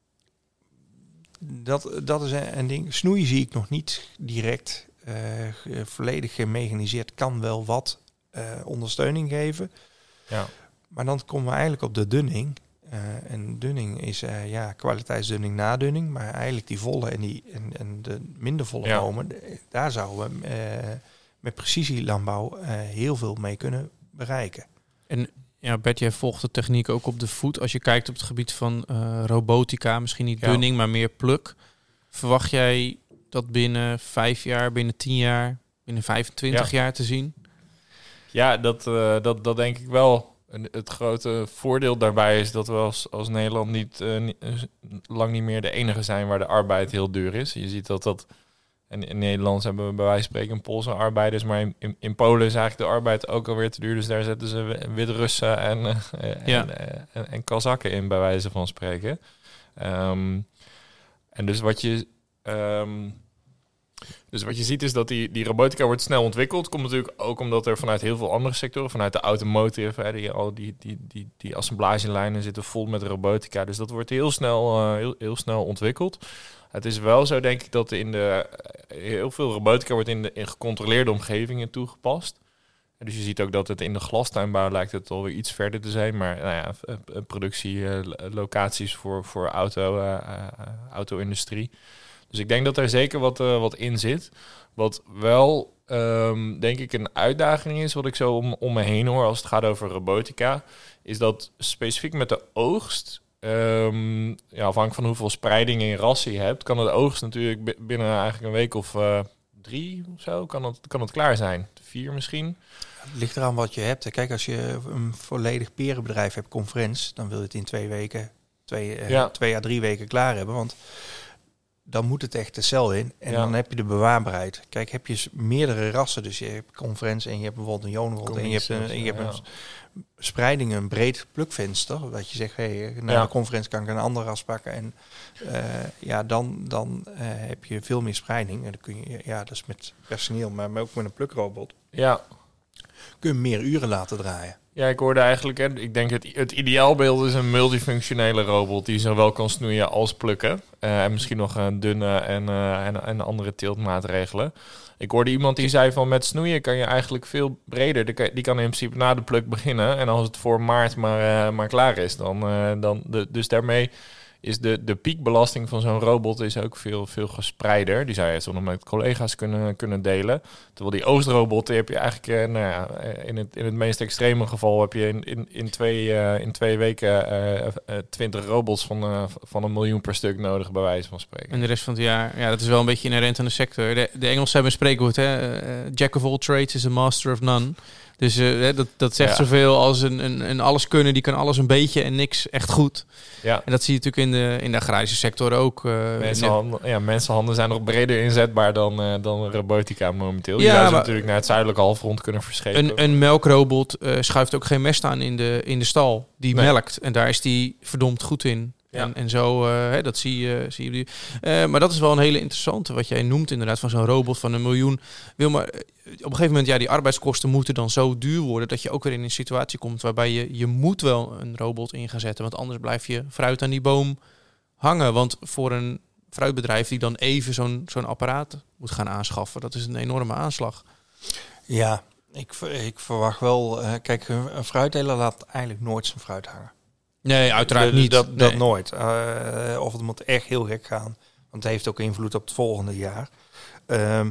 dat, dat is een, een ding. Snoeien zie ik nog niet direct uh, volledig gemechaniseerd. Kan wel wat uh, ondersteuning geven. Ja. Maar dan komen we eigenlijk op de dunning. Uh, en dunning is uh, ja, kwaliteitsdunning, nadunning. Maar eigenlijk die volle en, die, en, en de minder volle ja. bomen, daar zouden we uh, met precisielandbouw uh, heel veel mee kunnen bereiken. En ja, Bert, jij volgt de techniek ook op de voet. Als je kijkt op het gebied van uh, robotica, misschien niet ja. dunning, maar meer pluk. Verwacht jij dat binnen vijf jaar, binnen tien jaar, binnen vijfentwintig ja. jaar te zien? Ja, dat, uh, dat, dat denk ik wel. En het grote voordeel daarbij is dat we als, als Nederland niet, uh, niet uh, lang niet meer de enige zijn waar de arbeid heel duur is. Je ziet dat dat... En in Nederland hebben we bij wijze van spreken Poolse arbeiders, maar in, in, in Polen is eigenlijk de arbeid ook alweer te duur. Dus daar zetten ze Wit-Russen en, uh, ja. en, en, en Kazakken in, bij wijze van spreken. Um, en dus wat je... Um, Dus wat je ziet is dat die, die robotica wordt snel ontwikkeld. Komt natuurlijk ook omdat er vanuit heel veel andere sectoren, vanuit de automotive, hè, die, al die, die, die, die assemblagelijnen zitten vol met robotica. Dus dat wordt heel snel, uh, heel, heel snel ontwikkeld. Het is wel zo, denk ik, dat in de heel veel robotica wordt in de in gecontroleerde omgevingen toegepast. Dus je ziet ook dat het in de glastuinbouw lijkt het alweer iets verder te zijn. Maar nou ja, productielocaties voor, voor auto, uh, uh, auto-industrie. Dus ik denk dat er zeker wat, uh, wat in zit. Wat wel, um, denk ik, een uitdaging is, wat ik zo om, om me heen hoor als het gaat over robotica, is dat specifiek met de oogst, um, ja, afhankelijk van hoeveel spreiding en rassen je hebt, kan de oogst natuurlijk b- binnen eigenlijk een week of uh, drie of zo, kan het, kan het klaar zijn. Vier misschien. Het ligt eraan wat je hebt. Kijk, als je een volledig perenbedrijf hebt, conferentie, dan wil je het in twee weken, twee, uh, ja. twee à drie weken klaar hebben. Want dan moet het echt de cel in. En ja. dan heb je de bewaarbaarheid. Kijk, heb je meerdere rassen. Dus je hebt conferentie en je hebt bijvoorbeeld een Jonewold. En je hebt een, en je hebt ja. een spreiding, een breed plukvenster. Dat je zegt, hey, na ja. de conferentie kan ik een ander ras pakken. En uh, ja, dan, dan uh, heb je veel meer spreiding. En dan kun je, ja, dat is met personeel, maar ook met een plukrobot. Ja. Kun je meer uren laten draaien. Ja, ik hoorde eigenlijk, hè, ik denk het, het ideaalbeeld is een multifunctionele robot die zowel kan snoeien als plukken. Uh, en misschien nog een dunne en, uh, en, en andere teeltmaatregelen. Ik hoorde iemand die zei van met snoeien kan je eigenlijk veel breder. Die kan, die kan in principe na de pluk beginnen. En als het voor maart maar, uh, maar klaar is, dan, uh, dan de, dus daarmee is de, de piekbelasting van zo'n robot is ook veel, veel gespreider. Die zou je zo nog met collega's kunnen, kunnen delen. Terwijl die oostrobot, die heb je eigenlijk, uh, nou ja, in het, in het meest extreme geval heb je in, in, in, twee, uh, in twee weken uh, uh, twintig robots van, uh, van een miljoen per stuk nodig, bij wijze van spreken. En de rest van het jaar, ja, dat is wel een beetje inherent aan de sector. De, de Engelsen hebben een spreekwoord, hè? Uh, Jack of all trades is a master of none. Dus uh, dat, dat zegt ja. zoveel als een, een, een alles kunnen, die kan alles een beetje en niks echt goed. Ja. En dat zie je natuurlijk in de, in de agrarische sector ook. Uh, mensenhanden, ja, mensenhanden zijn nog breder inzetbaar dan, uh, dan robotica momenteel. Je ja, zou ze maar natuurlijk naar het zuidelijke halfrond kunnen verschepen. Een, een melkrobot uh, schuift ook geen mest aan in de, in de stal. Die nee. melkt. En daar is die verdomd goed in. Ja. En, en zo, uh, hè, dat zie je. Zie je uh, maar dat is wel een hele interessante, wat jij noemt inderdaad, van zo'n robot van een miljoen. Wil maar, op een gegeven moment, ja, die arbeidskosten moeten dan zo duur worden dat je ook weer in een situatie komt waarbij je, je moet wel een robot in gaan zetten. Want anders blijf je fruit aan die boom hangen. Want voor een fruitbedrijf die dan even zo'n, zo'n apparaat moet gaan aanschaffen, dat is een enorme aanslag. Ja, ik, ik verwacht wel, uh, kijk, een fruitteler laat eigenlijk nooit zijn fruit hangen. Nee, uiteraard dus niet. Dat, nee. dat nooit. Uh, of het moet echt heel gek gaan. Want het heeft ook invloed op het volgende jaar. Uh,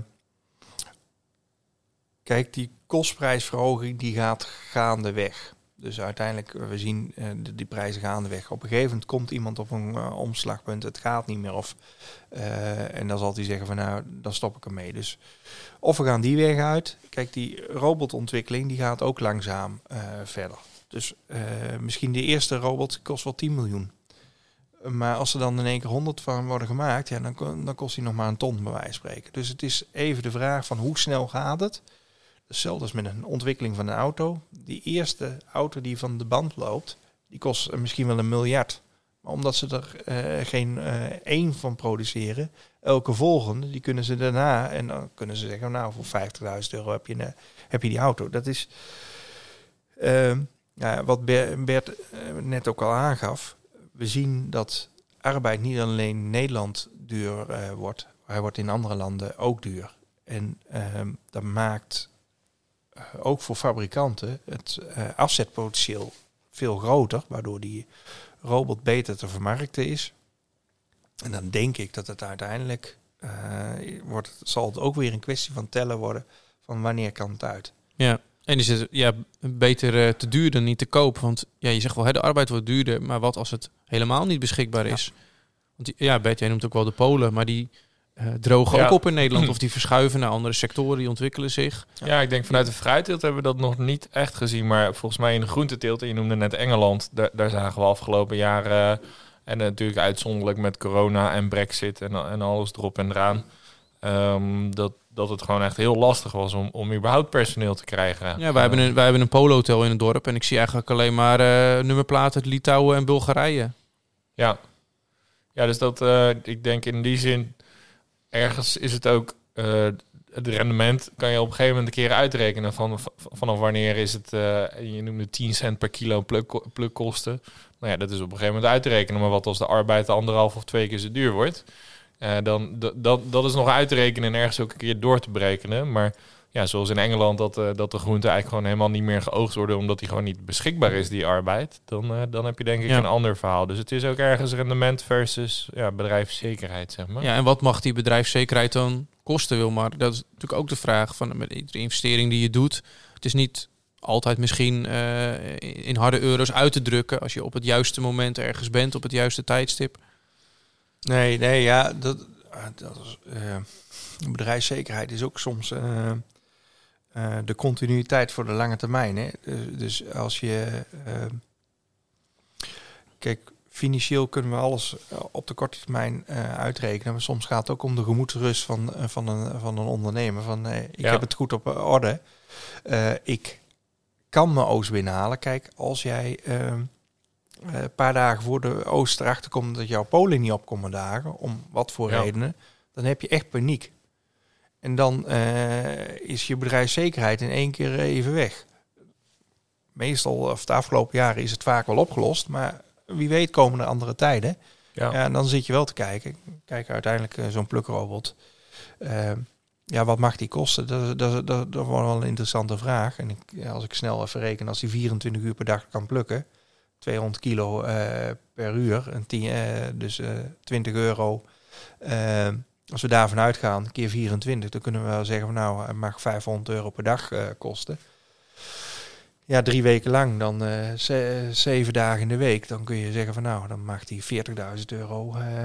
kijk, die kostprijsverhoging die gaat gaandeweg. Dus uiteindelijk, we zien uh, die, die prijzen gaandeweg. Op een gegeven moment komt iemand op een uh, omslagpunt. Het gaat niet meer. Of, uh, en dan zal hij zeggen van nou, dan stop ik ermee. Dus of we gaan die weg uit. Kijk, die robotontwikkeling die gaat ook langzaam uh, verder. Dus uh, misschien de eerste robot kost wel tien miljoen. Maar als er dan in één keer honderd van worden gemaakt, ja, dan, dan kost die nog maar een ton, bij wijze van spreken. Dus het is even de vraag van hoe snel gaat het? Hetzelfde als met een ontwikkeling van een auto. Die eerste auto die van de band loopt, die kost misschien wel een miljard. Maar omdat ze er uh, geen uh, één van produceren, elke volgende, die kunnen ze daarna, en dan kunnen ze zeggen, nou, voor vijftigduizend euro heb je, een, heb je die auto. Dat is... Uh, Ja, wat Bert uh, net ook al aangaf, we zien dat arbeid niet alleen in Nederland duur uh, wordt, hij wordt in andere landen ook duur. En uh, dat maakt uh, ook voor fabrikanten het uh, afzetpotentieel veel groter, waardoor die robot beter te vermarkten is. En dan denk ik dat het uiteindelijk uh, wordt, zal het ook weer een kwestie van tellen worden van wanneer kan het uit. Ja. En is het ja, beter uh, te duur dan niet te koop? Want ja, je zegt wel, hè, de arbeid wordt duurder, maar wat als het helemaal niet beschikbaar is? Ja. Want ja, Bert, jij noemt ook wel de Polen, maar die uh, drogen ja. ook op in Nederland. Of die verschuiven naar andere sectoren, die ontwikkelen zich. Ja, ja ik denk vanuit de fruitteelt hebben we dat nog niet echt gezien. Maar volgens mij in de groenteteelt, en je noemde net Engeland, daar, daar zagen we afgelopen jaar... Uh, en natuurlijk uitzonderlijk met corona en Brexit en, en alles erop en eraan... Um, dat, dat het gewoon echt heel lastig was om, om überhaupt personeel te krijgen. Ja, wij, uh, hebben een, wij hebben een polo-hotel in het dorp en ik zie eigenlijk alleen maar uh, nummerplaten uit Litouwen en Bulgarije. Ja, ja dus dat, uh, ik denk in die zin, ergens is het ook, uh, het rendement kan je op een gegeven moment een keer uitrekenen van, vanaf wanneer is het, uh, je noemde tien cent per kilo pluk, plukkosten. Nou ja, dat is op een gegeven moment uit te rekenen, maar wat als de arbeid anderhalf of twee keer zo duur wordt... Uh, dan, d- dat, dat is nog uit te rekenen en ergens ook een keer door te berekenen. Maar ja, zoals in Engeland, dat, uh, dat de groente eigenlijk gewoon helemaal niet meer geoogst worden, omdat die gewoon niet beschikbaar is, die arbeid, dan, uh, dan heb je denk ik ja. een ander verhaal. Dus het is ook ergens rendement versus ja, bedrijfszekerheid, zeg maar. Ja, en wat mag die bedrijfszekerheid dan kosten, Wilmar? Dat is natuurlijk ook de vraag van met de investering die je doet. Het is niet altijd misschien uh, in harde euro's uit te drukken als je op het juiste moment ergens bent, op het juiste tijdstip. Nee, nee, ja, dat, dat is, uh, bedrijfszekerheid is ook soms uh, uh, de continuïteit voor de lange termijn. Hè? Dus, dus als je, uh, kijk, financieel kunnen we alles op de korte termijn uh, uitrekenen, maar soms gaat het ook om de gemoedsrust van, uh, van, een, van een ondernemer. Van, uh, ik ja. heb het goed op orde. Uh, ik kan mijn oogst binnenhalen. Kijk, als jij uh, een paar dagen voor de oogst erachter komt dat jouw polen niet op komen dagen, om wat voor ja. redenen, dan heb je echt paniek. En dan uh, is je bedrijfszekerheid in één keer even weg. Meestal, of de afgelopen jaren, is het vaak wel opgelost, maar wie weet komen er andere tijden. Ja. Ja, en dan zit je wel te kijken. Kijk, uiteindelijk uh, zo'n plukrobot. Uh, ja, wat mag die kosten? Dat, dat, dat, dat wordt wel een interessante vraag. En ik, ja, als ik snel even reken, als die vierentwintig uur per dag kan plukken, tweehonderd kilo uh, per uur, en tien, uh, dus uh, twintig euro. Uh, als we daarvan uitgaan, keer vierentwintig, dan kunnen we wel zeggen van nou, het mag vijfhonderd euro per dag uh, kosten. Ja, drie weken lang, dan uh, ze, zeven dagen in de week, dan kun je zeggen van nou, dan mag die veertigduizend euro uh,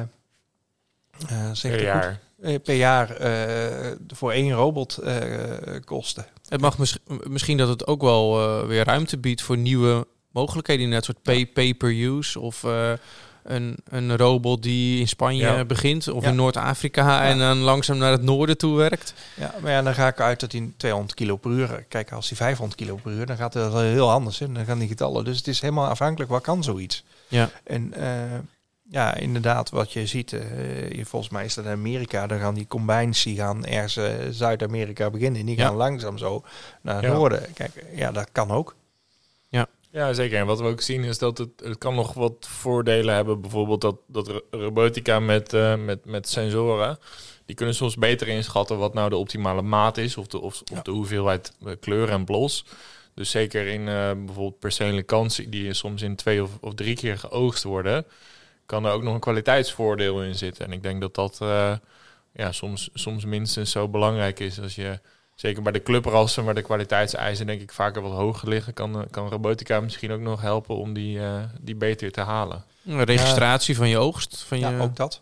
uh, zeg per jaar. Goed, uh, per jaar uh, voor één robot uh, kosten. Het mag mis- misschien dat het ook wel uh, weer ruimte biedt voor nieuwe mogelijkheden, net soort pay, pay per use of uh, een, een robot die in Spanje ja. begint of ja. in Noord-Afrika ja. en dan langzaam naar het noorden toe werkt. Ja, maar ja, dan ga ik uit dat hij tweehonderd kilo per uur. Kijk, als hij vijfhonderd kilo per uur, dan gaat het heel anders. Hè? Dan gaan die getallen. Dus het is helemaal afhankelijk, wat kan zoiets? Ja. En uh, ja, inderdaad, wat je ziet, uh, volgens mij is dat in Amerika, dan gaan die combines, die gaan ergens uh, Zuid-Amerika beginnen. En die gaan ja. langzaam zo naar het ja. noorden. Kijk, ja, dat kan ook. Ja. Ja, zeker. En wat we ook zien is dat het, het kan nog wat voordelen hebben. Bijvoorbeeld dat, dat robotica met, uh, met, met sensoren, die kunnen soms beter inschatten wat nou de optimale maat is. Of de, of, ja. of de hoeveelheid kleur en blos. Dus zeker in uh, bijvoorbeeld persoonlijke kansen die soms in twee of, of drie keer geoogst worden, kan er ook nog een kwaliteitsvoordeel in zitten. En ik denk dat dat uh, ja, soms, soms minstens zo belangrijk is als je, zeker bij de clubrassen, waar de kwaliteitseisen denk ik vaker wat hoger liggen, kan, kan robotica misschien ook nog helpen om die, uh, die beter te halen. Een registratie ja. van je oogst. Van je... Ja, ook dat.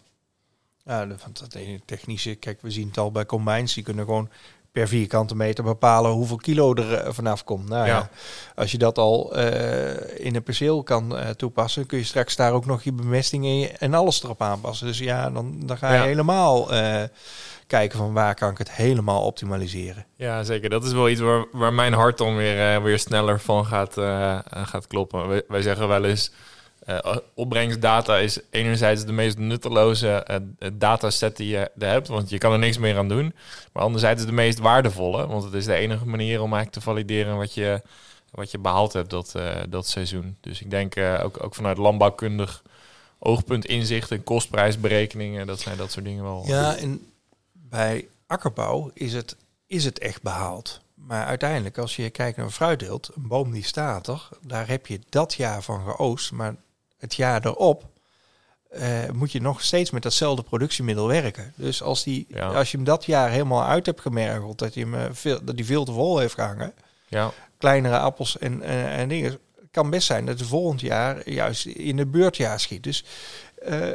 Ja, de, van dat technische, kijk, we zien het al bij combines, die kunnen gewoon per vierkante meter bepalen hoeveel kilo er uh, vanaf komt. Nou ja. ja, als je dat al uh, in een perceel kan uh, toepassen, kun je straks daar ook nog je bemesting en, je, en alles erop aanpassen. Dus ja, dan, dan ga je ja. helemaal uh, kijken van waar kan ik het helemaal optimaliseren. Ja, zeker. Dat is wel iets waar, waar mijn hart dan weer, uh, weer sneller van gaat, uh, gaat kloppen. Wij, wij zeggen wel eens, Uh, opbrengstdata is enerzijds de meest nutteloze uh, dataset die je er hebt, want je kan er niks meer aan doen. Maar anderzijds is de meest waardevolle, want het is de enige manier om eigenlijk te valideren wat je, wat je behaald hebt dat, uh, dat seizoen. Dus ik denk uh, ook, ook vanuit landbouwkundig oogpunt inzicht en kostprijsberekeningen, dat zijn dat soort dingen wel. Ja, en bij akkerbouw is het, is het echt behaald. Maar uiteindelijk, als je kijkt naar een fruitteelt, een boom die staat er, daar heb je dat jaar van geoogst, maar het jaar erop uh, moet je nog steeds met datzelfde productiemiddel werken. Dus als, die, ja. als je hem dat jaar helemaal uit hebt gemergeld, dat hij hem veel, dat die veel te vol heeft gehangen, ja. kleinere appels en, uh, en dingen, het kan best zijn dat het volgend jaar juist in de beurtjaar schiet. Dus uh,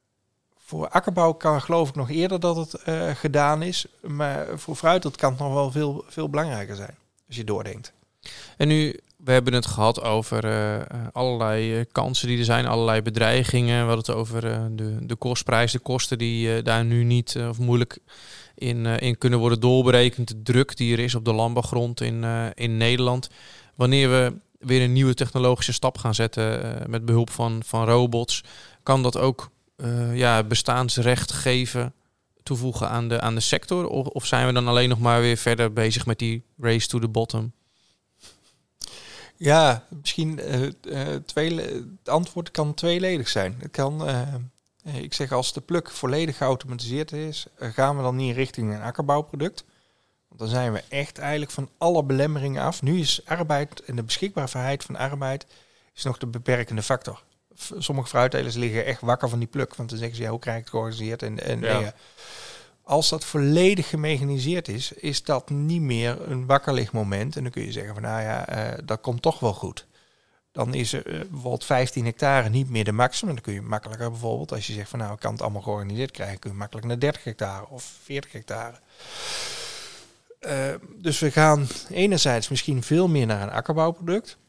voor akkerbouw kan geloof ik nog eerder dat het uh, gedaan is, maar voor fruitteelt kan het nog wel veel, veel belangrijker zijn, als je doordenkt. En nu, we hebben het gehad over uh, allerlei uh, kansen die er zijn, allerlei bedreigingen. We hadden het over uh, de, de kostprijs, de kosten die uh, daar nu niet uh, of moeilijk in, uh, in kunnen worden doorberekend. De druk die er is op de landbouwgrond in, uh, in Nederland. Wanneer we weer een nieuwe technologische stap gaan zetten uh, met behulp van, van robots, kan dat ook uh, ja, bestaansrecht geven, toevoegen aan de, aan de sector? Of, of zijn we dan alleen nog maar weer verder bezig met die race to the bottom? Ja, misschien uh, uh, twee, het antwoord kan tweeledig zijn. Het kan, uh, ik zeg, als de pluk volledig geautomatiseerd is, uh, gaan we dan niet richting een akkerbouwproduct. Want dan zijn we echt eigenlijk van alle belemmeringen af. Nu is arbeid en de beschikbaarheid van arbeid is nog de beperkende factor. Sommige fruittelers liggen echt wakker van die pluk. Want dan zeggen ze, ja, hoe krijg ik het georganiseerd? En, en Ja. nee, als dat volledig gemechaniseerd is, is dat niet meer een wakkerlichtmoment. En dan kun je zeggen van, nou ja, uh, dat komt toch wel goed. Dan is er uh, bijvoorbeeld vijftien hectare niet meer de maximum. Dan kun je makkelijker bijvoorbeeld, als je zegt van, nou, ik kan het allemaal georganiseerd krijgen, kun je makkelijk naar dertig hectare of veertig hectare. Uh, dus we gaan enerzijds misschien veel meer naar een akkerbouwproduct.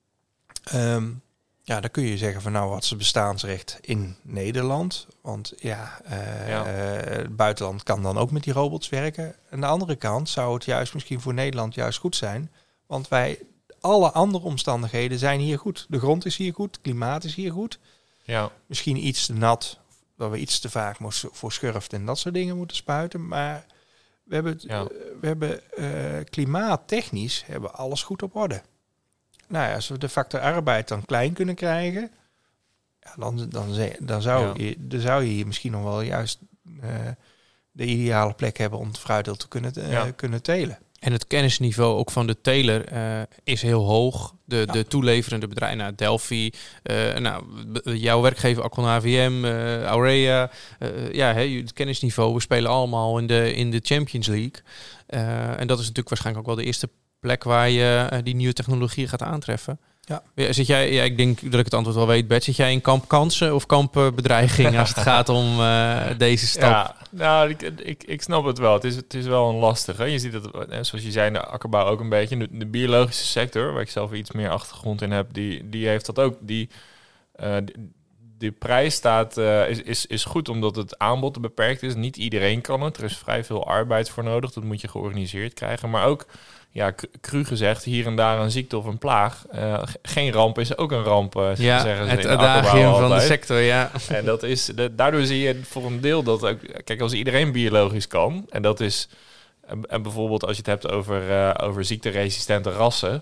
Um, Ja, dan kun je zeggen van nou, wat is het bestaansrecht in Nederland? Want ja, uh, Ja. Uh, het buitenland kan dan ook met die robots werken. Aan de andere kant zou het juist misschien voor Nederland juist goed zijn. Want wij, alle andere omstandigheden zijn hier goed. De grond is hier goed, het klimaat is hier goed. Ja. Misschien iets te nat, waar we iets te vaak voor schurft en dat soort dingen moeten spuiten. Maar we hebben, Ja. uh, we hebben uh, klimaattechnisch hebben we alles goed op orde. Nou ja, als we de factor arbeid dan klein kunnen krijgen, ja, dan, dan, dan, zou Ja. je, dan zou je hier misschien nog wel juist uh, de ideale plek hebben om het fruitteelt te kunnen, uh, Ja. kunnen telen. En het kennisniveau ook van de teler uh, is heel hoog. De, Ja. de toeleverende bedrijven, nou, Delphi, uh, nou, b- jouw werkgever Acon A V M, uh, Aurea. Uh, ja, hè, het kennisniveau, we spelen allemaal in de, in de Champions League. Uh, en dat is natuurlijk waarschijnlijk ook wel de eerste plek waar je uh, die nieuwe technologie gaat aantreffen. Ja. Ja, zit jij, ja, ik denk dat ik het antwoord wel weet, Bert. Zit jij in kamp kansen of kamp uh, bedreiging als het gaat om uh, deze stap? Ja, nou, ik, ik, ik snap het wel. Het is, het is wel een lastige. Je ziet het, zoals je zei, in de akkerbouw ook een beetje. De, de biologische sector, waar ik zelf iets meer achtergrond in heb, die, die heeft dat ook. Die, uh, die, die prijs staat, uh, is, is, is goed omdat het aanbod beperkt is. Niet iedereen kan het. Er is vrij veel arbeid voor nodig. Dat moet je georganiseerd krijgen. Maar ook, ja, cru gezegd, hier en daar een ziekte of een plaag. Uh, geen ramp is ook een ramp, uh, Ja, zeggen ze het in de adagium akkerbouw van de altijd. sector, ja. En dat is, de, daardoor zie je voor een deel dat ook... Kijk, als iedereen biologisch kan, en dat is... En, en bijvoorbeeld als je het hebt over, uh, over ziekteresistente rassen...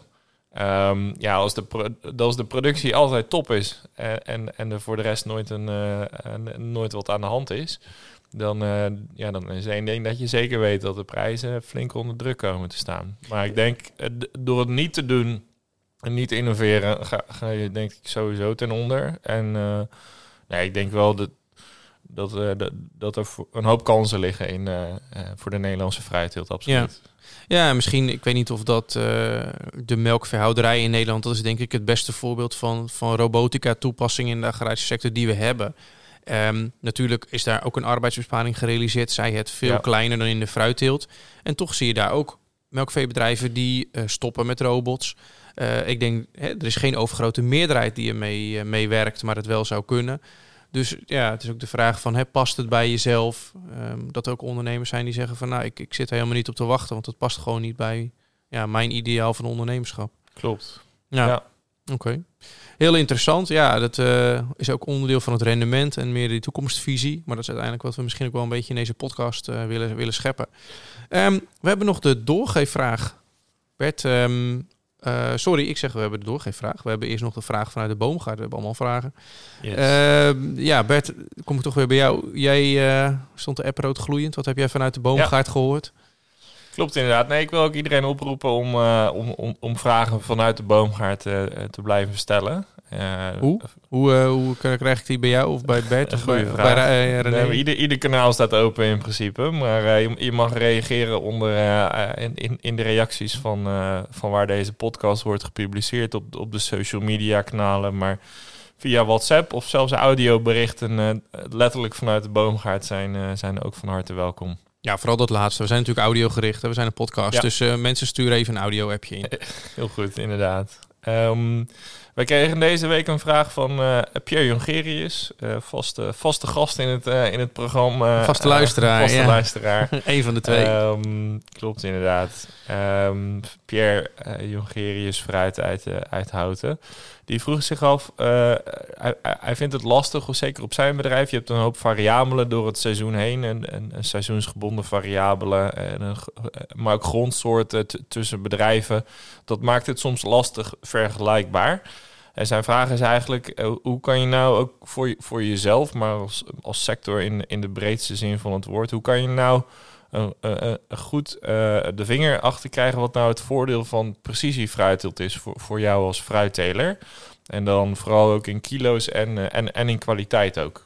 Um, ja, als de, pro, als de productie altijd top is en, en, en er voor de rest nooit, een, uh, een, nooit wat aan de hand is... Dan, uh, ja, dan is één ding dat je zeker weet dat de prijzen flink onder druk komen te staan. Maar ik denk, uh, d- door het niet te doen en niet te innoveren, ga, ga je denk ik sowieso ten onder. En uh, nee, ik denk wel dat, dat, uh, dat, dat er een hoop kansen liggen in, uh, uh, voor de Nederlandse fruitteelt, absoluut. Ja. Ja, misschien, ik weet niet of dat uh, de melkveehouderij in Nederland, dat is denk ik het beste voorbeeld van, van robotica toepassing in de agrarische sector die we hebben. Um, natuurlijk is daar ook een arbeidsbesparing gerealiseerd, zij het veel Ja. kleiner dan in de fruitteelt. En toch zie je daar ook melkveebedrijven die uh, stoppen met robots. Uh, ik denk, hè, er is geen overgrote meerderheid die ermee uh, mee werkt, maar het wel zou kunnen. Dus ja, het is ook de vraag van, hè, past het bij jezelf? Um, dat er ook ondernemers zijn die zeggen van, nou, ik, ik zit er helemaal niet op te wachten, want het past gewoon niet bij ja, mijn ideaal van ondernemerschap. Klopt. Ja, Ja. oké. Okay. Heel interessant. Ja, dat uh, is ook onderdeel van het rendement en meer die toekomstvisie. Maar dat is uiteindelijk wat we misschien ook wel een beetje in deze podcast uh, willen, willen scheppen. Um, we hebben nog de doorgeefvraag. Bert, um, uh, sorry, ik zeg we hebben de doorgeefvraag. We hebben eerst nog de vraag vanuit de boomgaard. We hebben allemaal vragen. Yes. Uh, ja, Bert, kom ik toch weer bij jou. Jij uh, stond de app rood gloeiend. Wat heb jij vanuit de boomgaard ja. gehoord? Klopt inderdaad. Nee, ik wil ook iedereen oproepen om, uh, om, om, om vragen vanuit de boomgaard uh, te blijven stellen. Uh, hoe? Hoe, uh, hoe krijg ik die bij jou of bij Bert? Of bij, vraag. bij uh, René? Nee, ieder, ieder kanaal staat open in principe. Maar uh, je, je mag reageren onder, uh, in, in, in de reacties van, uh, van waar deze podcast wordt gepubliceerd op, op de social media kanalen. Maar via WhatsApp of zelfs audioberichten uh, letterlijk vanuit de boomgaard zijn, uh, zijn ook van harte welkom. Ja, vooral dat laatste. We zijn natuurlijk audiogericht. We zijn een podcast. Ja. Dus uh, mensen sturen even een audio-appje in. Heel goed, inderdaad. Um, wij kregen deze week een vraag van uh, Pierre Jongerius. Uh, vaste, vaste gast in het, uh, in het programma. Vaste luisteraar. Uh, vaste ja. luisteraar. Eén van de twee. Um, klopt, inderdaad. Um, Pierre uh, Jongerius vooruit uit, uh, uit Houten. Die vroeg zich af, uh, hij, hij vindt het lastig, zeker op zijn bedrijf. Je hebt een hoop variabelen door het seizoen heen. En, en, en seizoensgebonden variabelen. En een, maar ook grondsoorten t- tussen bedrijven. Dat maakt het soms lastig vergelijkbaar. En zijn vraag is eigenlijk, uh, hoe kan je nou ook voor, voor jezelf, maar als, als sector in, in de breedste zin van het woord, hoe kan je nou een, een, een goed uh, de vinger achter krijgen wat nou het voordeel van precisiefruitteelt is voor, voor jou als fruitteler. En dan vooral ook in kilo's en, uh, en, en in kwaliteit ook.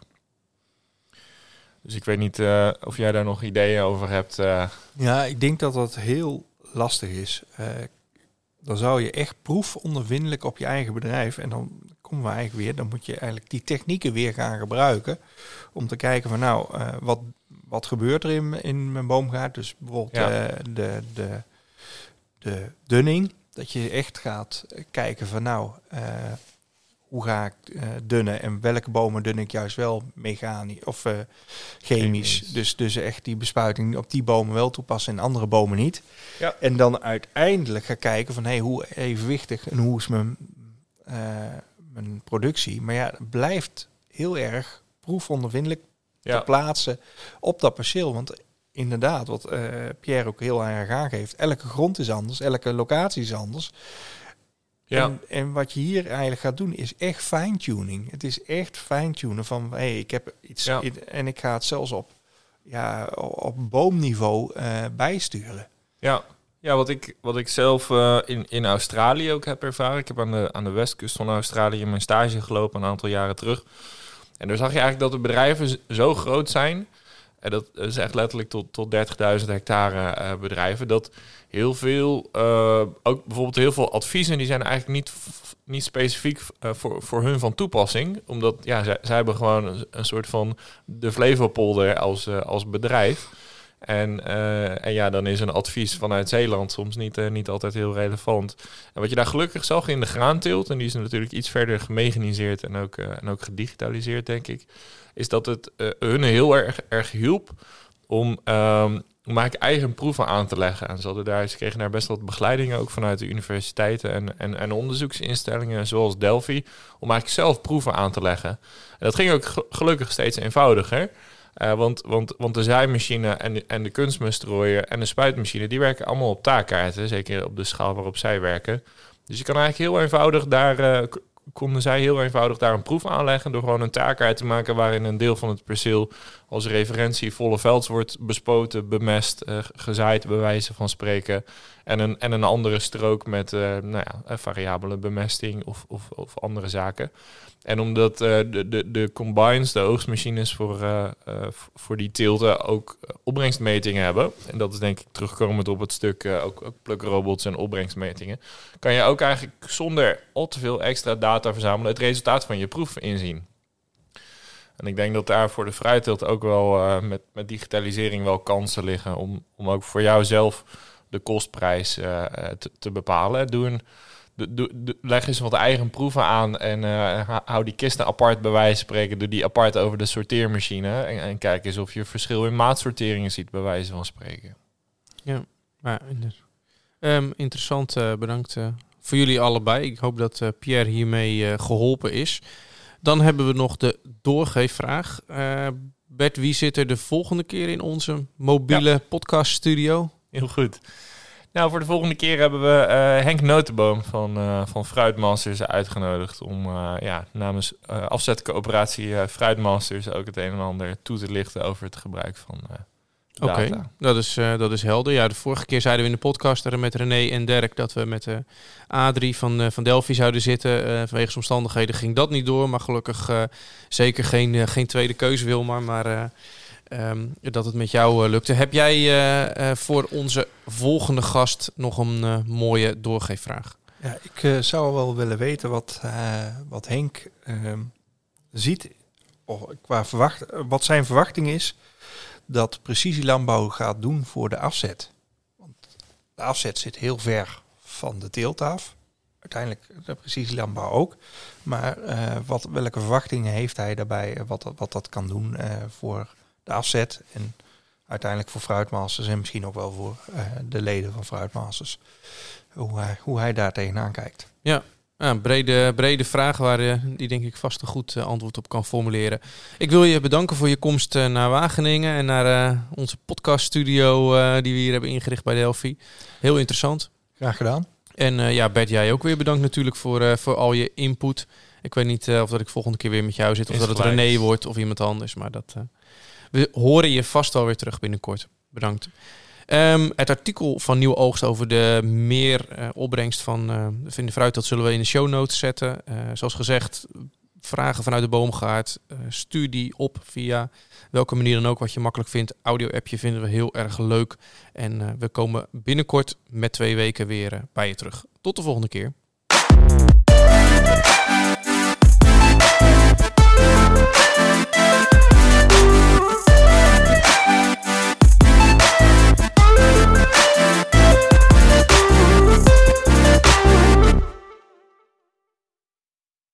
Dus ik weet niet uh, of jij daar nog ideeën over hebt. Uh. Ja, ik denk dat dat heel lastig is. Uh, dan zou je echt proefondervindelijk op je eigen bedrijf, en dan komen we eigenlijk weer, dan moet je eigenlijk die technieken weer gaan gebruiken om te kijken van nou, uh, wat, wat gebeurt er in, in mijn boomgaard? Dus bijvoorbeeld ja. uh, de, de, de dunning, dat je echt gaat kijken van nou, uh, hoe ga ik uh, dunnen en welke bomen dun ik juist wel mechanisch of uh, chemisch. chemisch. Dus, dus echt die bespuiting op die bomen wel toepassen en andere bomen niet. Ja. En dan uiteindelijk gaan kijken van hey, hoe evenwichtig en hoe is mijn, uh, mijn productie. Maar ja, het blijft heel erg proefondervindelijk ja. te plaatsen op dat perceel. Want inderdaad, wat uh, Pierre ook heel erg aangeeft, elke grond is anders, elke locatie is anders. Ja. En, en wat je hier eigenlijk gaat doen is echt fine-tuning. Het is echt fine-tunen van, hé, hey, ik heb iets ja. in, en ik ga het zelfs op, ja, op boomniveau uh, bijsturen. Ja, ja wat, ik, wat ik zelf uh, in, in Australië ook heb ervaren. Ik heb aan de, aan de westkust van Australië mijn stage gelopen een aantal jaren terug. En daar zag je eigenlijk dat de bedrijven zo groot zijn. En dat is echt letterlijk tot, tot dertigduizend hectare uh, bedrijven. Dat heel veel, uh, ook bijvoorbeeld heel veel adviezen, die zijn eigenlijk niet, niet specifiek uh, voor, voor hun van toepassing. Omdat ja, zij, zij hebben gewoon een, een soort van de Flevopolder als, uh, als bedrijf. En, uh, en ja, dan is een advies vanuit Zeeland soms niet, uh, niet altijd heel relevant. En wat je daar gelukkig zag in de graanteelt, en die is natuurlijk iets verder gemechaniseerd en ook, uh, en ook gedigitaliseerd, denk ik, is dat het uh, hun heel erg, erg hielp om, um, om eigenlijk eigen proeven aan te leggen. En ze, hadden daar, ze kregen daar best wat begeleidingen ook vanuit de universiteiten en, en, en onderzoeksinstellingen zoals Delphi, om eigenlijk zelf proeven aan te leggen. En dat ging ook gelukkig steeds eenvoudiger. Uh, want, want, want de zaaimachine en de, en de kunstmeststrooier en de spuitmachine, die werken allemaal op taakkaarten, zeker op de schaal waarop zij werken. Dus je kan eigenlijk heel eenvoudig daar, uh, k- konden zij heel eenvoudig daar een proef aanleggen door gewoon een taakkaart te maken waarin een deel van het perceel als referentie volle velds wordt bespoten, bemest, uh, gezaaid, bij wijze van spreken. En een, en een andere strook met uh, nou ja, variabele bemesting of, of, of andere zaken. En omdat uh, de, de, de combines, de oogstmachines voor, uh, uh, voor die teelten ook opbrengstmetingen hebben. En dat is denk ik terugkomend op het stuk uh, ook, ook plukrobots en opbrengstmetingen. Kan je ook eigenlijk zonder al te veel extra data verzamelen het resultaat van je proef inzien. En ik denk dat daar voor de fruitteelt ook wel uh, met, met digitalisering wel kansen liggen om, om ook voor jou zelf de kostprijs uh, te, te bepalen. Doe een, de, de, de, leg eens wat eigen proeven aan en uh, hou die kisten apart bij wijze van spreken. Doe die apart over de sorteermachine en, en kijk eens of je verschil in maatsorteringen ziet bij wijze van spreken. Ja, ja um, interessant. Uh, bedankt uh, voor jullie allebei. Ik hoop dat uh, Pierre hiermee uh, geholpen is. Dan hebben we nog de doorgeefvraag. Uh, Bert, wie zit er de volgende keer in onze mobiele ja. podcaststudio? Heel goed. Nou, voor de volgende keer hebben we uh, Henk Notenboom van, uh, van Fruitmasters uitgenodigd om uh, ja, namens uh, afzetcoöperatie uh, Fruitmasters ook het een en ander toe te lichten over het gebruik van uh, data. Oké, okay, dat, is, uh, dat is helder. Ja, de vorige keer zeiden we in de podcast met René en Dirk dat we met uh, Adrie van, uh, van Delphi zouden zitten. Uh, vanwege omstandigheden ging dat niet door, maar gelukkig uh, zeker geen, uh, geen tweede keuze Wilmar, maar uh, um, dat het met jou uh, lukte. Heb jij uh, uh, voor onze volgende gast nog een uh, mooie doorgeefvraag? Ja, ik uh, zou wel willen weten wat, uh, wat Henk uh, ziet, of qua verwacht, wat zijn verwachting is dat precisielandbouw gaat doen voor de afzet. Want de afzet zit heel ver van de teelt af. Uiteindelijk de precisielandbouw ook. Maar uh, wat, welke verwachtingen heeft hij daarbij? Wat, wat dat kan doen uh, voor de afzet. En uiteindelijk voor Fruitmasters. En misschien ook wel voor uh, de leden van Fruitmasters. Hoe hij, hoe hij daar tegenaan kijkt. Ja. Ja, een brede, brede vraag waar uh, die denk ik vast een goed uh, antwoord op kan formuleren. Ik wil je bedanken voor je komst uh, naar Wageningen en naar uh, onze podcaststudio uh, die we hier hebben ingericht bij Delphi. Heel interessant. Graag gedaan. En uh, ja, Bert, jij ook weer bedankt natuurlijk voor, uh, voor al je input. Ik weet niet uh, of dat ik volgende keer weer met jou zit of Is dat het gelijk. René wordt of iemand anders. Maar dat, uh, we horen je vast wel weer terug binnenkort. bedankt. Um, het artikel van Nieuwe Oogst over de meer uh, opbrengst van uh, de fruitteelt zullen we in de show notes zetten. Uh, zoals gezegd, vragen vanuit de boomgaard. Uh, stuur die op via welke manier dan ook wat je makkelijk vindt. Audio-appje vinden we heel erg leuk. En uh, we komen binnenkort met twee weken weer uh, bij je terug. Tot de volgende keer.